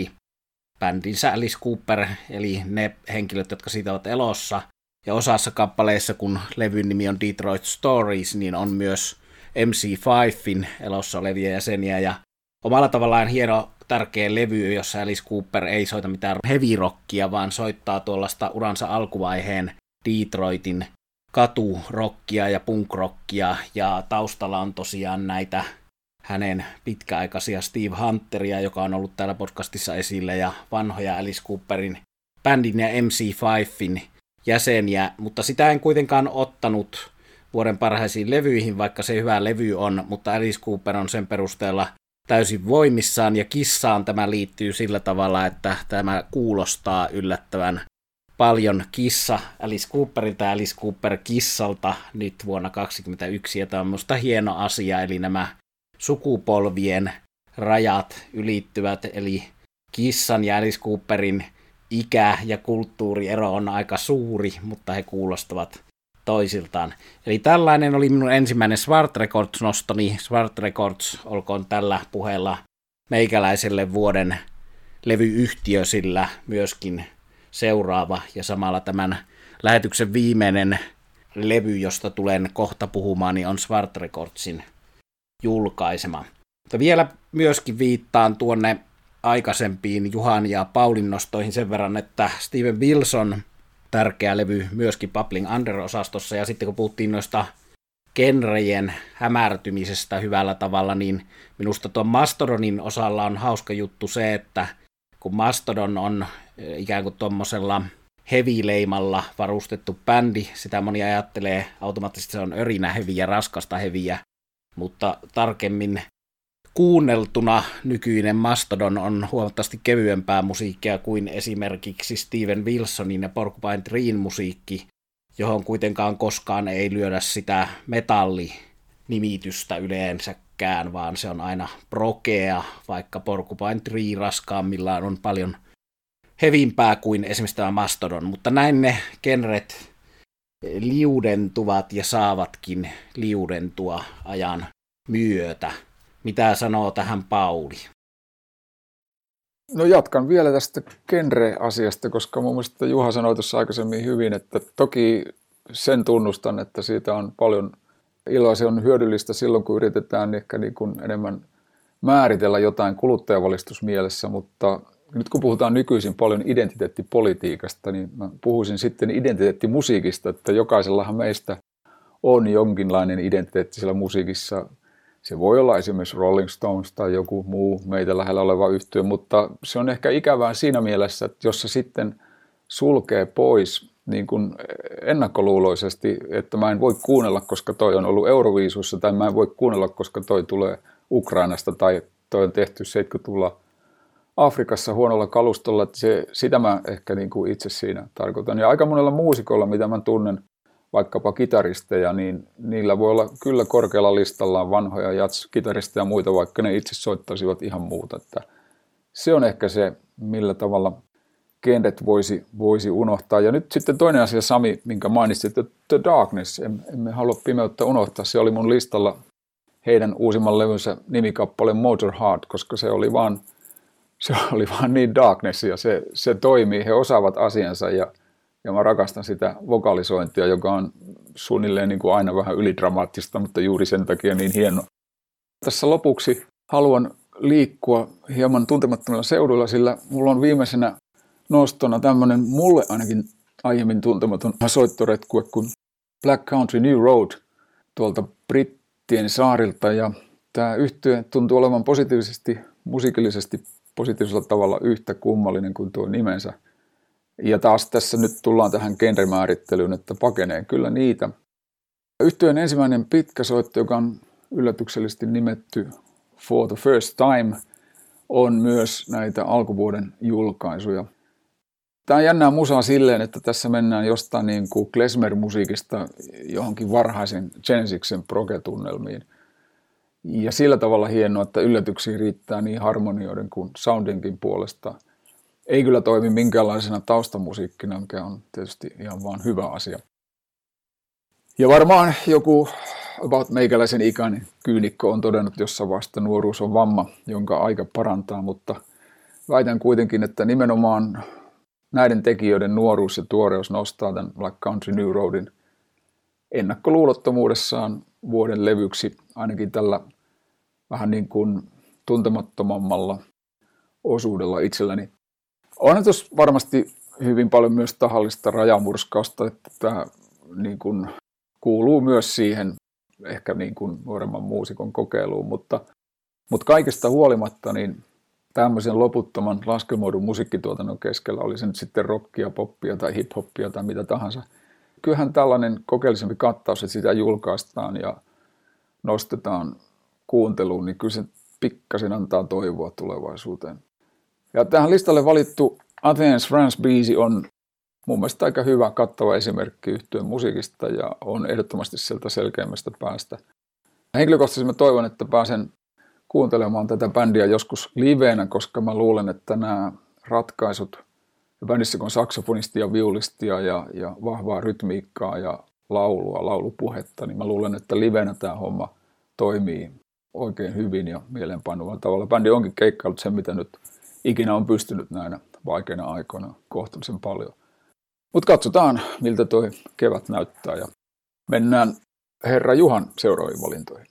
bändinsä Alice Cooper, eli ne henkilöt, jotka siitä ovat elossa. Ja osassa kappaleissa, kun levyn nimi on Detroit Stories, niin on myös MC5in elossa olevia jäseniä, ja omalla tavallaan hieno, tärkeä levy, jossa Alice Cooper ei soita mitään heavy rockia, vaan soittaa tuollaista uransa alkuvaiheen Detroitin katurockia ja punkrockia, ja taustalla on tosiaan näitä hänen pitkäaikaisia Steve Hunteria, joka on ollut täällä podcastissa esillä, ja vanhoja Alice Cooperin bändin ja MC5in jäseniä, mutta sitä en kuitenkaan ottanut vuoden parhaisiin levyihin, vaikka se hyvä levy on, mutta Alice Cooper on sen perusteella täysin voimissaan, ja Kissaan tämä liittyy sillä tavalla, että tämä kuulostaa yllättävän paljon Kissa Alice Cooperilta ja Alice Cooper Kissalta nyt vuonna 2021, ja tämä on minusta hieno asia, eli nämä sukupolvien rajat ylittyvät, eli Kissan ja Alice Cooperin ikä- ja kulttuuriero on aika suuri, mutta he kuulostavat toisiltaan. Eli tällainen oli minun ensimmäinen Swart Records-nostoni. Swart Records olkoon tällä puheella meikäläiselle vuoden levyyhtiö, sillä myöskin seuraava ja samalla tämän lähetyksen viimeinen levy, josta tulen kohta puhumaan, niin on Swart Recordsin julkaisema. Mutta vielä myöskin viittaan tuonne aikaisempiin Juhan ja Paulin nostoihin sen verran, että Steven Wilson, tärkeä levy myöskin Bubbling Under-osastossa, ja sitten kun puhuttiin noista genrejen hämärtymisestä hyvällä tavalla, niin minusta tuon Mastodonin osalla on hauska juttu se, että kun Mastodon on ikään kuin tuommoisella heavy-leimalla varustettu bändi, sitä moni ajattelee automaattisesti se on örinä heavy ja raskasta heavyä, mutta tarkemmin kuunneltuna nykyinen Mastodon on huomattavasti kevyempää musiikkia kuin esimerkiksi Steven Wilsonin ja Porcupine Treen musiikki, johon kuitenkaan koskaan ei lyödä sitä metallinimitystä yleensäkään, vaan se on aina progea, vaikka Porcupine Tree raskaammillaan on paljon hevimpää kuin esimerkiksi tämä Mastodon, mutta näin ne genret liudentuvat ja saavatkin liudentua ajan myötä. Mitä sanoo tähän Pauli? No jatkan vielä tästä genre-asiasta, koska mun mielestä Juha sanoi tuossa aikaisemmin hyvin, että toki sen tunnustan, että siitä on paljon iloa. Se on hyödyllistä silloin, kun yritetään ehkä niin kuin enemmän määritellä jotain kuluttajavalistusmielessä, mutta nyt kun puhutaan nykyisin paljon identiteettipolitiikasta, niin mä puhuisin sitten identiteettimusiikista, että jokaisellahan meistä on jonkinlainen identiteetti siellä musiikissa. Se voi olla esimerkiksi Rolling Stones tai joku muu meitä lähellä oleva yhtye, mutta se on ehkä ikävää siinä mielessä, että jos se sitten sulkee pois niin kuin ennakkoluuloisesti, että mä en voi kuunnella, koska toi on ollut Euroviisussa, tai mä en voi kuunnella, koska toi tulee Ukrainasta tai toi on tehty 70-luvulla Afrikassa huonolla kalustolla, että sitä mä ehkä niin kuin itse siinä tarkoitan. Ja aika monella muusikolla, mitä mä tunnen, vaikkapa kitaristeja, niin niillä voi olla kyllä korkealla listallaan vanhoja jazz-kitaristeja ja muita, vaikka ne itse soittaisivat ihan muuta. Että se on ehkä se, millä tavalla genret voisi unohtaa. Ja nyt sitten toinen asia, Sami, minkä mainitsit, että The Darkness, emme halua pimeyttä unohtaa. Se oli mun listalla heidän uusimman levynsä nimikappale Motor Heart, koska se oli vaan niin Darkness ja se toimii, he osaavat asiansa ja mä rakastan sitä vokalisointia, joka on suunnilleen niin kuin aina vähän ylidramaattista, mutta juuri sen takia niin hieno. Tässä lopuksi haluan liikkua hieman tuntemattomilla seuduilla, sillä mulla on viimeisenä nostona tämmöinen mulle ainakin aiemmin tuntematon soittoretkue kuin Black Country New Road tuolta Brittien saarilta. Ja tämä yhtye tuntuu olevan musiikillisesti positiivisella tavalla yhtä kummallinen kuin tuo nimensä. Ja taas tässä nyt tullaan tähän genremäärittelyyn, että pakenee kyllä niitä. Yhtyeen ensimmäinen pitkä soitto, joka on yllätyksellisesti nimetty For the First Time, on myös näitä alkuvuoden julkaisuja. Tämä on jännää musaa silleen, että tässä mennään jostain niin kuin klezmer-musiikista johonkin varhaisen Genesiksen proge-tunnelmiin. Ja sillä tavalla hienoa, että yllätyksiä riittää niin harmonioiden kuin soundinkin puolesta. Ei kyllä toimi minkäänlaisena taustamusiikkina, mikä on tietysti ihan vaan hyvä asia. Ja varmaan joku about meikäläisen ikäinen kyynikko on todennut jossain vasta nuoruus on vamma, jonka aika parantaa, mutta väitän kuitenkin, että nimenomaan näiden tekijöiden nuoruus ja tuoreus nostaa tämän Black Country New Roadin ennakkoluulottomuudessaan vuoden levyksi, ainakin tällä vähän niin kuin tuntemattomammalla osuudella itselläni. On tuossa varmasti hyvin paljon myös tahallista rajamurskausta, että tämä niin kuin kuuluu myös siihen ehkä niin kuin nuoremman muusikon kokeiluun, mutta kaikesta huolimatta niin tämmöisen loputtoman laskelmoidun musiikkituotannon keskellä, oli se nyt sitten rockia, poppia tai hip-hoppia tai mitä tahansa. Kyllähän tällainen kokeellisempi kattaus, että sitä julkaistaan ja nostetaan kuunteluun, niin kyllä se pikkasen antaa toivoa tulevaisuuteen. Ja tähän listalle valittu Athens France-biisi on mun mielestä aika hyvä kattava esimerkki yhtyeen musiikista ja on ehdottomasti sieltä selkeämmästä päästä. Henkilökohtaisesti mä toivon, että pääsen kuuntelemaan tätä bändiä joskus liveenä, koska mä luulen, että nämä ratkaisut, ja bändissä kun on saksofonistia, viulistia ja vahvaa rytmiikkaa ja laulupuhetta, niin mä luulen, että liveenä tämä homma toimii oikein hyvin ja mieleenpainuvalla tavalla. Bändi onkin keikkaillut sen, mitä nyt ikinä on pystynyt näinä vaikeina aikoina kohtuullisen paljon. Mutta katsotaan, miltä toi kevät näyttää ja mennään herra Juhan seuraaviin valintoihin.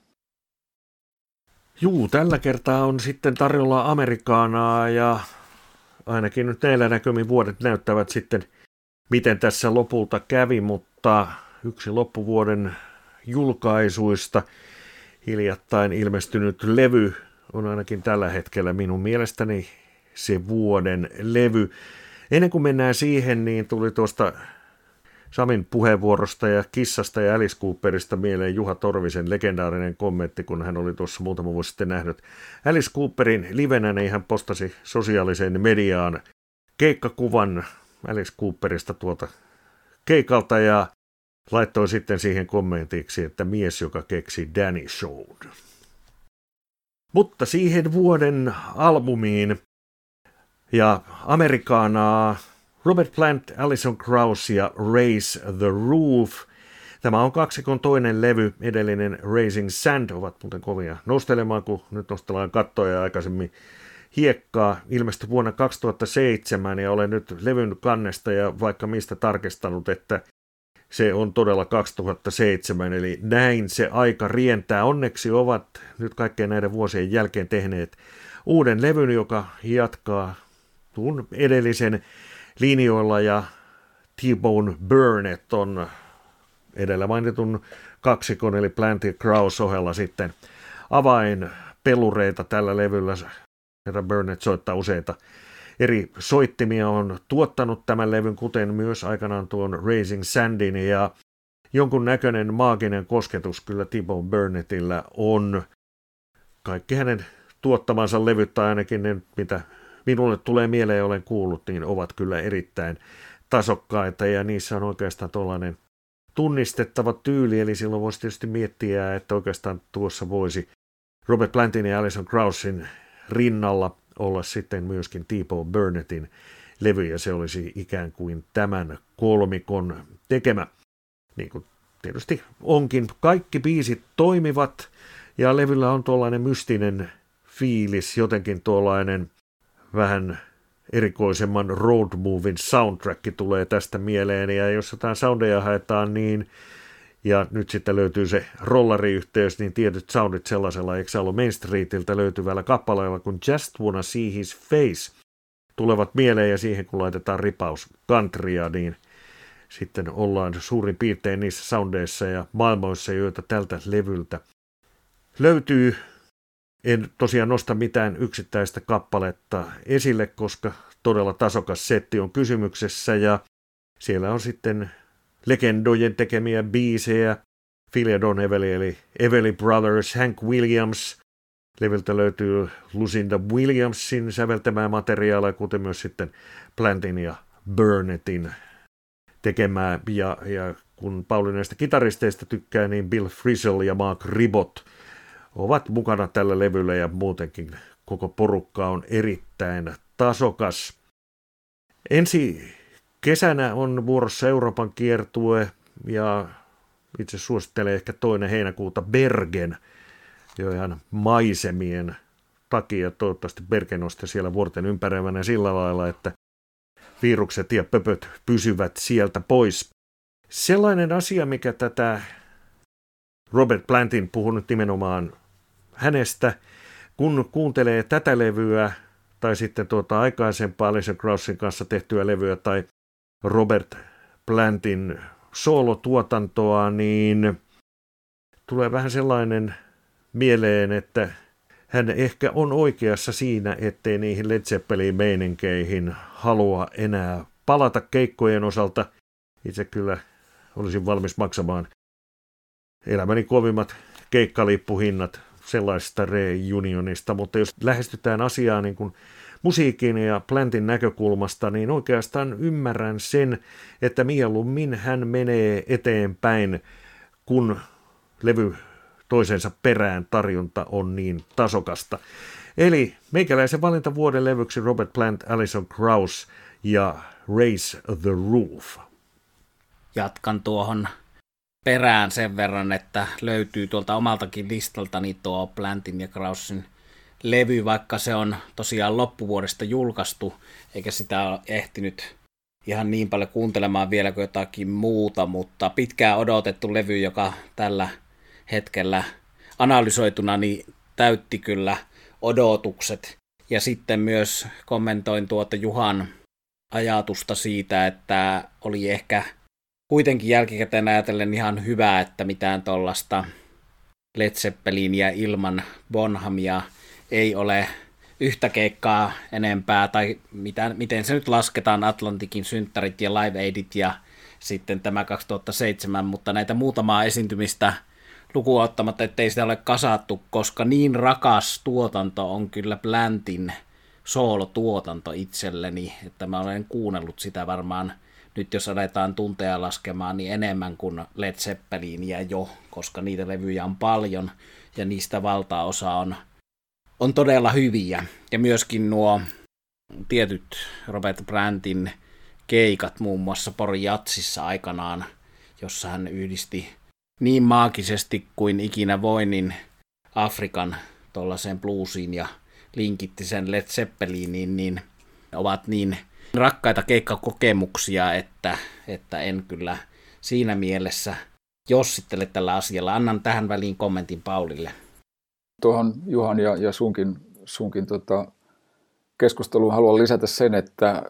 Juu, tällä kertaa on sitten tarjolla Amerikaanaa ja ainakin nyt näillä näkymin vuodet näyttävät sitten, miten tässä lopulta kävi, mutta yksi loppuvuoden julkaisuista hiljattain ilmestynyt levy on ainakin tällä hetkellä minun mielestäni se vuoden levy. Ennen kuin mennään siihen, niin tuli tuosta Samin puheenvuorosta ja kissasta ja Alice Cooperista mieleen Juha Torvisen legendaarinen kommentti, kun hän oli tuossa muutama vuosi sitten nähnyt Alice Cooperin livenä, niin hän postasi sosiaaliseen mediaan keikkakuvan Alice Cooperista tuolta keikalta ja laittoi sitten siihen kommentiksi, että mies, joka keksi Danny Showed. Mutta siihen vuoden albumiin ja Amerikaanaa Robert Plant, Alison Krauss ja Raise the Roof. Tämä on kaksikon toinen levy, edellinen Raising Sand ovat muuten kovia nostelemaan, kun nyt nostellaan kattoja ja aikaisemmin hiekkaa. Ilmestyi vuonna 2007 ja olen nyt levyn kannesta ja vaikka mistä tarkistanut, että se on todella 2007, eli näin se aika rientää. Onneksi ovat nyt kaikkien näiden vuosien jälkeen tehneet uuden levyn, joka jatkaa tuon edellisen linjoilla ja T-Bone Burnett on edellä mainitun kaksikon eli Plant ja Krauss ohella sitten avainpelureita tällä levyllä. Herra Burnett soittaa useita eri soittimia, on tuottanut tämän levyn, kuten myös aikanaan tuon Raising Sandin, ja jonkun näköinen maaginen kosketus kyllä T-Bone Burnettillä on. Kaikki hänen tuottamansa levyt, tai ainakin ne, mitä minulle tulee mieleen ja olen kuullut, niin ovat kyllä erittäin tasokkaita, ja niissä on oikeastaan tuollainen tunnistettava tyyli, eli silloin voisi tietysti miettiä, että oikeastaan tuossa voisi Robert Plantin ja Alison Krausin rinnalla olla sitten myöskin T-Bone Burnettin levy, ja se olisi ikään kuin tämän kolmikon tekemä. Niin kuin tietysti onkin, kaikki biisit toimivat, ja levyllä on tuollainen mystinen fiilis, jotenkin tuollainen vähän erikoisemman road movin soundtrack tulee tästä mieleen, ja jos jotain soundeja haetaan, niin ja nyt sitten löytyy se rollariyhteys, niin tietyt soundit sellaisella, eikö se ollut Main Streetiltä löytyvällä kappaleella, kun Just Wanna See His Face tulevat mieleen, ja siihen kun laitetaan ripaus countrya, niin sitten ollaan suurin piirtein niissä soundeissa ja maailmoissa, joita tältä levyltä löytyy. En tosiaan nosta mitään yksittäistä kappaletta esille, koska todella tasokas setti on kysymyksessä, ja siellä on sitten legendojen tekemiä biisejä, Phil ja Don Everly, eli Everly Brothers, Hank Williams. Levyltä löytyy Lucinda Williamsin säveltämää materiaalia, kuten myös sitten Plantin ja Burnettin tekemää. Ja kun Pauli näistä kitaristeista tykkää, niin Bill Frisell ja Mark Ribot ovat mukana tällä levyllä, ja muutenkin koko porukka on erittäin tasokas. Ensi kesänä on vuorossa Euroopan kiertue, ja itse suosittelen ehkä 2. heinäkuuta Bergen, jo ihan maisemien takia. Toivottavasti Bergen on siellä vuorten ympäröivänä sillä lailla, että virukset ja pöpöt pysyvät sieltä pois. Sellainen asia, mikä tätä Robert Plantin, puhun nyt nimenomaan hänestä, kun kuuntelee tätä levyä, tai sitten aikaisempaa Alison Krausin kanssa tehtyä levyä, tai Robert Plantin soolotuotantoa, niin tulee vähän sellainen mieleen, että hän ehkä on oikeassa siinä, ettei niihin Led Zeppelin meininkeihin halua enää palata keikkojen osalta. Itse kyllä olisin valmis maksamaan elämäni kovimmat keikkalippuhinnat sellaisesta reunionista, mutta jos lähestytään asiaa niin kuin musiikin ja Plantin näkökulmasta, niin oikeastaan ymmärrän sen, että mieluummin hän menee eteenpäin, kun levy toisensa perään tarjonta on niin tasokasta. Eli meikäläisen valinta vuoden levyksi Robert Plant, Alison Krauss ja Raise the Roof. Jatkan tuohon perään sen verran, että löytyy tuolta omaltakin listaltani tuo Plantin ja Kraussin levy, vaikka se on tosiaan loppuvuodesta julkaistu, eikä sitä ole ehtinyt ihan niin paljon kuuntelemaan vielä kuin jotakin muuta, mutta pitkään odotettu levy, joka tällä hetkellä analysoituna niin täytti kyllä odotukset. Ja sitten myös kommentoin tuota Juhan ajatusta siitä, että oli ehkä kuitenkin jälkikäteen ajatellen ihan hyvä, että mitään tuollaista Led Zeppelinia ilman Bonhamia ei ole yhtä keikkaa enempää, tai miten se nyt lasketaan, Atlantikin synttärit ja Live Aidit ja sitten tämä 2007, mutta näitä muutamaa esiintymistä lukuun ottamatta, ettei sitä ole kasattu, koska niin rakas tuotanto on kyllä Plantin soolotuotanto itselleni, että mä olen kuunnellut sitä varmaan nyt jos aletaan tunteja laskemaan, niin enemmän kuin Led Zeppelinia jo, koska niitä levyjä on paljon ja niistä valtaosa on todella hyviä. Ja myöskin nuo tietyt Robert Plantin keikat, muun muassa Porin Jatsissa aikanaan, jossa hän yhdisti niin maagisesti kuin ikinä voin, niin Afrikan tuollaiseen bluesiin ja linkitti sen Led Zeppeliniin, niin ovat niin rakkaita keikkakokemuksia, että en kyllä siinä mielessä jossittele tällä asialla. Annan tähän väliin kommentin Paulille. Tuohon Juhan ja sunkin keskusteluun haluan lisätä sen, että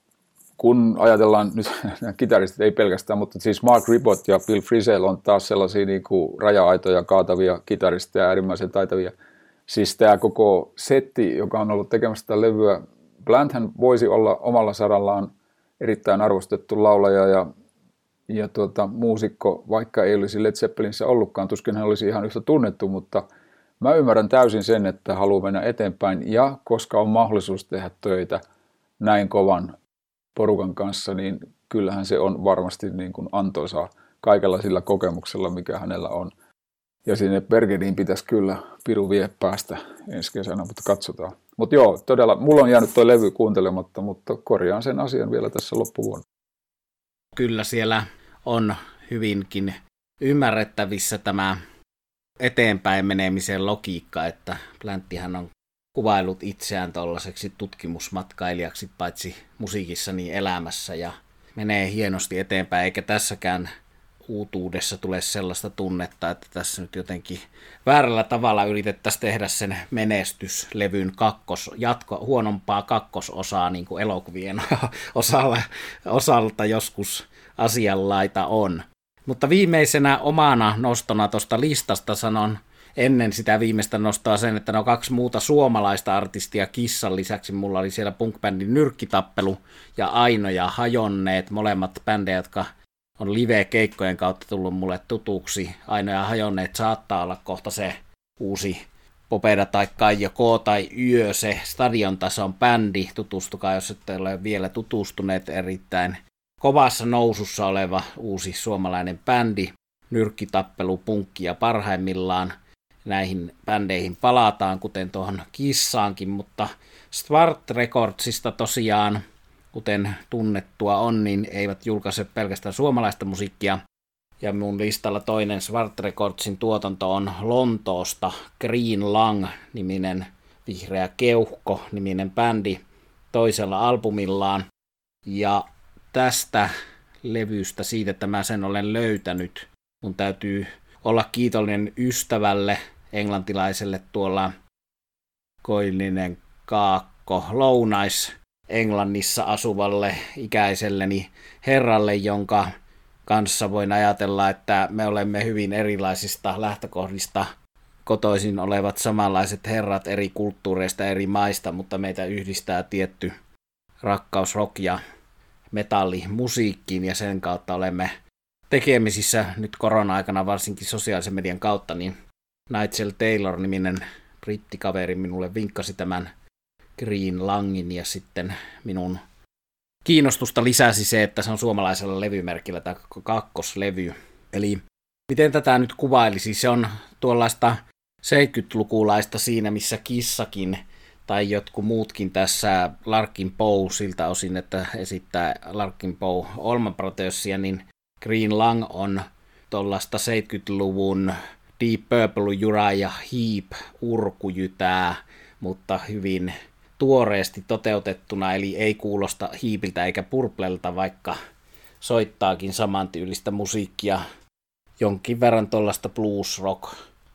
kun ajatellaan nyt nämä kitaristit ei pelkästään, mutta siis Mark Ribot ja Bill Frisell on taas sellaisia niin kuin raja-aitoja kaatavia kitaristeja, äärimmäisen taitavia. Siis tämä koko setti, joka on ollut tekemässä tätä levyä, Planthän voisi olla omalla sarallaan erittäin arvostettu laulaja ja muusikko, vaikka ei olisi Led Zeppelinissä ollutkaan, tuskin hän olisi ihan yhtä tunnettu, mutta Mä ymmärrän täysin sen, että haluaa mennä eteenpäin ja koska on mahdollisuus tehdä töitä näin kovan porukan kanssa, niin kyllähän se on varmasti niin kuin antoisaa kaikella sillä kokemuksella, mikä hänellä on. Ja sinne Bergeniin pitäisi kyllä piru vie päästä ensi kesänä, mutta katsotaan. Mutta joo, todella, mulla on jäänyt tuo levy kuuntelematta, mutta korjaan sen asian vielä tässä loppuvuonna. Kyllä siellä on hyvinkin ymmärrettävissä tämä eteenpäin menemisen logiikka, että Planttihän on kuvaillut itseään tuollaiseksi tutkimusmatkailijaksi paitsi musiikissa niin elämässä ja menee hienosti eteenpäin, eikä tässäkään uutuudessa tule sellaista tunnetta, että tässä nyt jotenkin väärällä tavalla yritettäisiin tehdä sen menestyslevyn huonompaa kakkososaa, niin kuin elokuvien osalta joskus asianlaita on. Mutta viimeisenä omana nostona tuosta listasta sanon ennen sitä viimeistä nostoa sen, että ne on 2 muuta suomalaista artistia Kissan lisäksi. Mulla oli siellä punk-bändin Nyrkkitappelu ja Aino ja Hajonneet, molemmat bändejä, jotka on live-keikkojen kautta tullut mulle tutuksi. Aino ja Hajonneet saattaa olla kohta se uusi Popeda tai Kaijo K tai Yö, se stadion tason bändi. Tutustukaa, jos ette ole vielä tutustuneet, erittäin kovassa nousussa oleva uusi suomalainen bändi. Nyrkkitappelu, punkki ja parhaimmillaan. Näihin bändeihin palataan, kuten tuohon Kissaankin, mutta Svart Recordsista tosiaan, kuten tunnettua on, niin eivät julkaise pelkästään suomalaista musiikkia. Ja mun listalla toinen Svart Recordsin tuotanto on Lontoosta Green Lang-niminen Vihreä keuhko-niminen bändi toisella albumillaan. Ja tästä levystä, siitä että mä sen olen löytänyt, mun täytyy olla kiitollinen ystävälle, englantilaiselle tuolla Koillinen Kaakko Lounais Englannissa asuvalle ikäiselleni herralle, jonka kanssa voin ajatella, että me olemme hyvin erilaisista lähtökohdista kotoisin olevat samanlaiset herrat eri kulttuureista, eri maista, mutta meitä yhdistää tietty rakkaus rock- ja metallimusiikkiin ja sen kautta olemme tekemisissä nyt korona-aikana varsinkin sosiaalisen median kautta, niin Nigel Taylor-niminen brittikaveri minulle vinkkasi tämän Green Langin ja sitten minun kiinnostusta lisäsi se, että se on suomalaisella levymerkillä tämä kakkoslevy. Eli miten tätä nyt kuvailisi? Se on tuollaista 70-lukulaista siinä, missä Kissakin tai jotkut muutkin tässä Larkin Poe siltä osin, että esittää Larkin Poe Allman Brothersia, niin Green Lang on tuollaista 70-luvun Deep Purple Uriah Heep urkujytää, mutta hyvin tuoreesti toteutettuna, eli ei kuulosta Heepiltä eikä Purplelta, vaikka soittaakin samantyylistä musiikkia. Jonkin verran tuollaista blues rock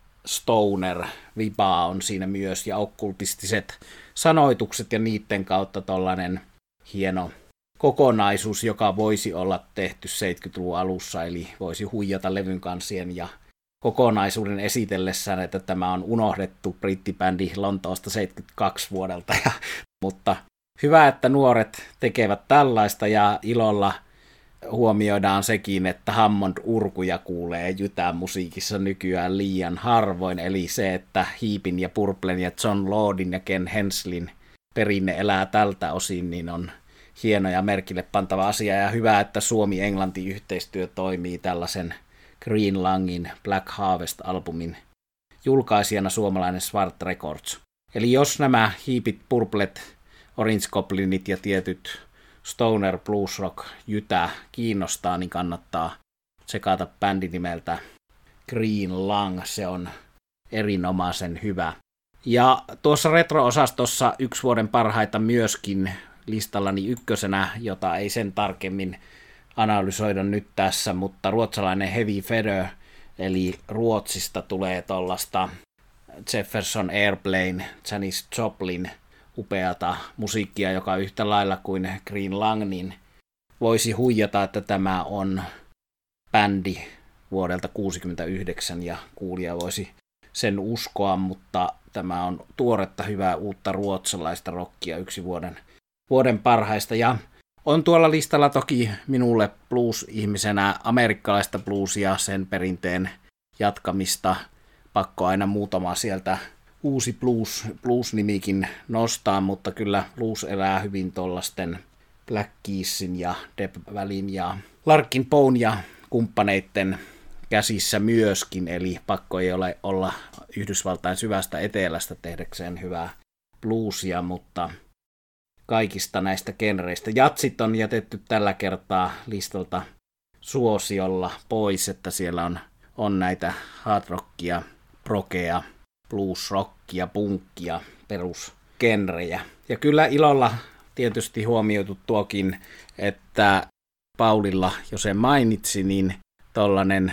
stoner vibaa on siinä myös, ja okkultistiset sanoitukset ja niiden kautta tollainen hieno kokonaisuus, joka voisi olla tehty 70-luvun alussa, eli voisi huijata levyn kansien ja kokonaisuuden esitellessään, että tämä on unohdettu brittibändi Lontoosta 72 vuodelta. Mutta hyvä, että nuoret tekevät tällaista ja ilolla huomioidaan sekin, että Hammond-urkuja kuulee jytään musiikissa nykyään liian harvoin, eli se, että Heepin ja Purplen ja John Lordin ja Ken Henslin perinne elää tältä osin, niin on hieno ja merkille pantava asia, ja hyvä, että Suomi-Englanti-yhteistyö toimii tällaisen Green Langin Black Harvest-albumin julkaisijana suomalainen Svart Records. Eli jos nämä Heepit, Purplet, Orange Goblinit ja tietyt stoner blues rock jytä kiinnostaa, niin kannattaa tsekata bändi nimeltä Green Lang, se on erinomaisen hyvä. Ja tuossa retro-osastossa 1 vuoden parhaita myöskin listallani ykkösenä, jota ei sen tarkemmin analysoida nyt tässä, mutta ruotsalainen Heavy Feather, eli Ruotsista tulee tuollaista Jefferson Airplane, Janis Joplin upeata musiikkia, joka yhtä lailla kuin Green Lang, niin voisi huijata, että tämä on bändi vuodelta 1969 ja kuulija voisi sen uskoa, mutta tämä on tuoretta hyvää uutta ruotsalaista rockia, 1 vuoden parhaista. Ja on tuolla listalla toki minulle blues-ihmisenä amerikkalaista bluesia, sen perinteen jatkamista, pakko aina muutama sieltä uusi blues-nimikin nostaa, mutta kyllä blues elää hyvin tuollaisten Black Keysin ja Deb Valin ja Larkin Poen ja kumppaneiden käsissä myöskin, eli pakko ei ole olla Yhdysvaltain syvästä etelästä tehdäkseen hyvää bluesia, mutta kaikista näistä genreistä. Jatsit on jätetty tällä kertaa listalta suosiolla pois, että siellä on näitä hard rockia, progea, blues rockia, punkkia, perusgenrejä. Ja kyllä ilolla tietysti huomioitu tuokin, että Paulilla, jo sen mainitsi, niin tollainen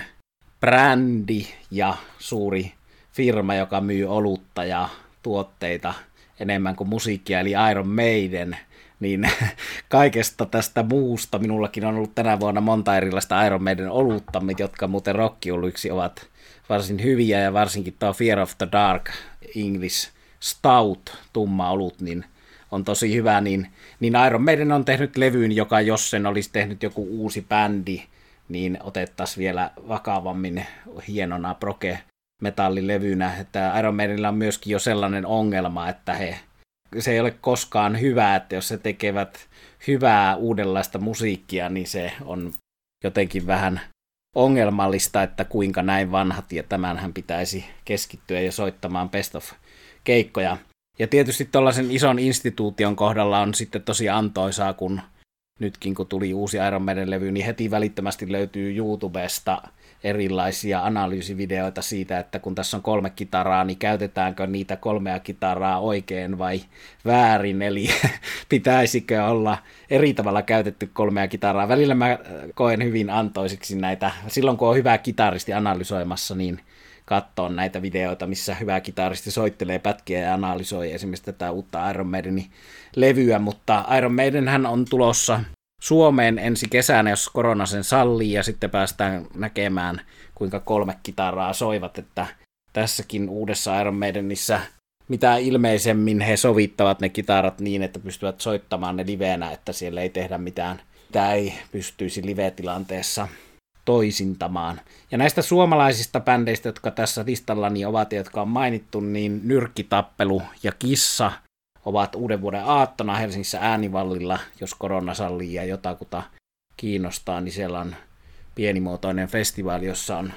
brändi ja suuri firma, joka myy olutta ja tuotteita enemmän kuin musiikkia, eli Iron Maiden, niin kaikesta tästä muusta minullakin on ollut tänä vuonna monta erilaista Iron Maiden olutta, jotka muuten rockioluiksi ovat varsin hyviä, ja varsinkin tuo Fear of the Dark English Stout, tumma olut, niin on tosi hyvä, niin Iron Maiden on tehnyt levyyn, joka jos sen olisi tehnyt joku uusi bändi, niin otettaisiin vielä vakavammin hienona proge-metallilevynä, että Iron Maidenillä on myöskin jo sellainen ongelma, että se ei ole koskaan hyvä, että jos he tekevät hyvää uudenlaista musiikkia, niin se on jotenkin vähän ongelmallista, että kuinka näin vanhat, ja tämänhän pitäisi keskittyä jo soittamaan best of keikkoja. Ja tietysti tuollaisen ison instituution kohdalla on sitten tosi antoisaa, kun nytkin kun tuli uusi Iron Maiden levy, niin heti välittömästi löytyy YouTubesta erilaisia analyysivideoita siitä, että kun tässä on 3 kitaraa, niin käytetäänkö niitä 3 kitaraa oikein vai väärin, eli pitäisikö olla eri tavalla käytetty 3 kitaraa. Välillä mä koen hyvin antoisiksi näitä, silloin kun on hyvä kitaristi analysoimassa, niin katsoa näitä videoita, missä hyvä kitaristi soittelee pätkiä ja analysoi esimerkiksi tätä uutta Iron Maidenin levyä, mutta Iron Maidenhän on tulossa Suomeen ensi kesänä, jos korona sen sallii, ja sitten päästään näkemään, kuinka 3 kitaraa soivat, että tässäkin uudessa Iron Maidenissä mitä ilmeisemmin he sovittavat ne kitarat niin, että pystyvät soittamaan ne liveenä, että siellä ei tehdä mitään, mitä ei pystyisi live-tilanteessa toisintamaan. Ja näistä suomalaisista bändeistä, jotka tässä listallani ovat ja jotka on mainittu, niin Nyrkkitappelu ja Kissa ovat uuden vuoden aattona Helsingissä Äänivallilla, jos korona sallii ja jotakuta kiinnostaa, niin siellä on pienimuotoinen festivaali, jossa on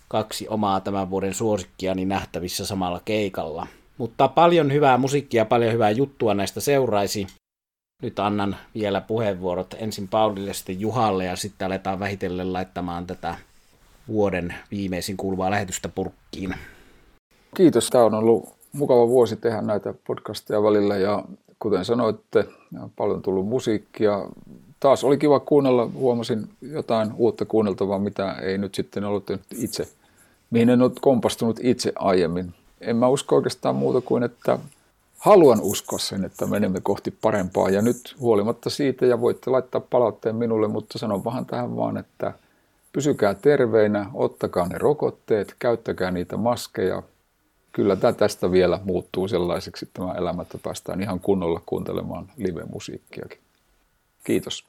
2 omaa tämän vuoden suosikkiani nähtävissä samalla keikalla. Mutta paljon hyvää musiikkia, paljon hyvää juttua näistä seuraisi. Nyt annan vielä puheenvuorot ensin Paulille, sitten Juhalle, ja sitten aletaan vähitellen laittamaan tätä vuoden viimeisin kuuluvaa lähetystä purkkiin. Kiitos. Tämä on ollut mukava vuosi tehdä näitä podcasteja välillä, ja kuten sanoitte, on paljon tullut musiikkia. Taas oli kiva kuunnella, huomasin jotain uutta kuunneltavaa, mitä ei nyt sitten ollut itse, mihin en ole kompastunut itse aiemmin. En mä usko oikeastaan muuta kuin, että haluan uskoa sen, että menemme kohti parempaa, ja nyt huolimatta siitä, ja voitte laittaa palautteen minulle, mutta sanon vähän tähän vaan, että pysykää terveinä, ottakaa ne rokotteet, käyttäkää niitä maskeja. Kyllä tämä tästä vielä muuttuu sellaiseksi tämä elämä, että päästään ihan kunnolla kuuntelemaan live-musiikkiakin. Kiitos.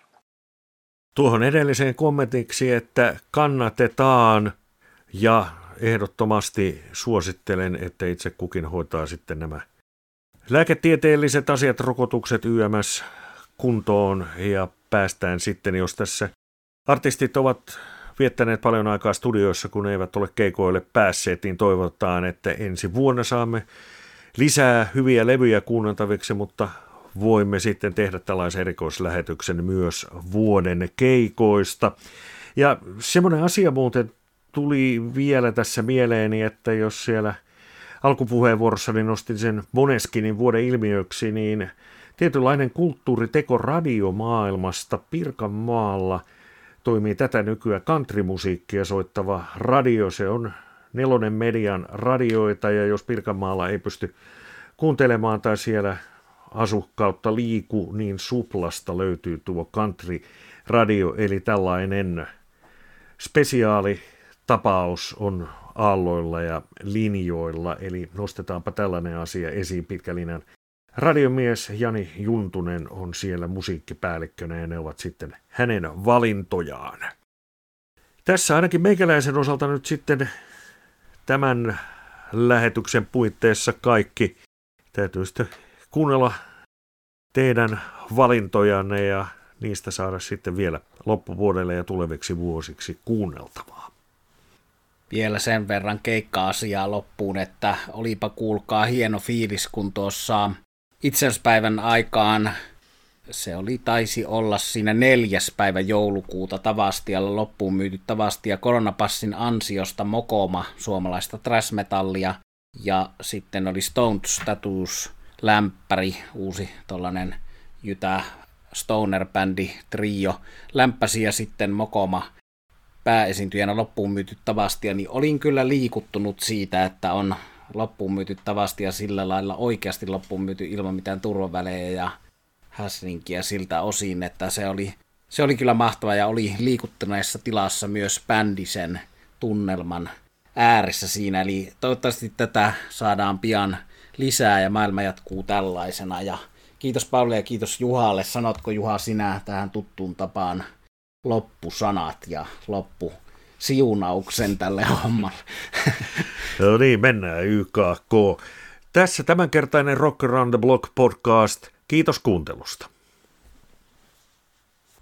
Tuohon edelliseen kommentiksi, että kannatetaan, ja ehdottomasti suosittelen, että itse kukin hoitaa sitten nämä lääketieteelliset asiat, rokotukset YMS kuntoon, ja päästään sitten, jos tässä artistit ovat viettäneet paljon aikaa studioissa, kun eivät ole keikoille päässeet, niin toivotaan, että ensi vuonna saamme lisää hyviä levyjä kuunneltaviksi, mutta voimme sitten tehdä tällaisen erikoislähetyksen myös vuoden keikoista. Ja semmoinen asia muuten tuli vielä tässä mieleeni, että jos siellä alkupuheenvuorossani nostin sen Måneskinin vuoden ilmiöksi, niin tietynlainen kulttuuriteko radiomaailmasta Pirkanmaalla toimii tätä nykyään countrymusiikkia soittava radio. Se on 4 median radioita, ja jos Pirkanmaalla ei pysty kuuntelemaan tai siellä asu kautta liiku, niin Suplasta löytyy tuo country radio, eli tällainen spesiaalitapaus on aalloilla ja linjoilla, eli nostetaanpa tällainen asia esiin. Pitkälinjan radiomies Jani Juntunen on siellä musiikkipäällikkönä, ja ne ovat sitten hänen valintojaan. Tässä ainakin meikäläisen osalta nyt sitten tämän lähetyksen puitteissa kaikki. Täytyy sitten kuunnella teidän valintojanne ja niistä saada sitten vielä loppuvuodelle ja tuleviksi vuosiksi kuunneltavaa. Vielä sen verran keikka-asiaa loppuun, että olipa kuulkaa hieno fiilis, kun tuossa itsenäisyyspäivän aikaan, taisi olla siinä 4. päivä joulukuuta Tavastialla loppuun myyty Tavastia koronapassin ansiosta Mokoma, suomalaista thrash-metallia, ja sitten oli Stone Status lämpäri, uusi tollanen jytä stoner-bändi trio lämpäsi, ja sitten Mokoma pääesiintyjänä loppuun myyty Tavastia, niin olin kyllä liikuttunut siitä, että on loppuun myyty Tavastia sillä lailla oikeasti loppuun myyty ilman mitään turvavälejä ja häslinkiä siltä osin, että se oli kyllä mahtava ja oli liikuttuneessa tilassa myös bändisen tunnelman ääressä siinä, eli toivottavasti tätä saadaan pian lisää ja maailma jatkuu tällaisena, ja kiitos Pauli ja kiitos Juhalle. Sanotko Juha sinä tähän tuttuun tapaan loppusanat ja loppusiunauksen tälle hommalle? No niin, mennään YKK. Tässä tämänkertainen Rock Around the Block podcast. Kiitos kuuntelusta.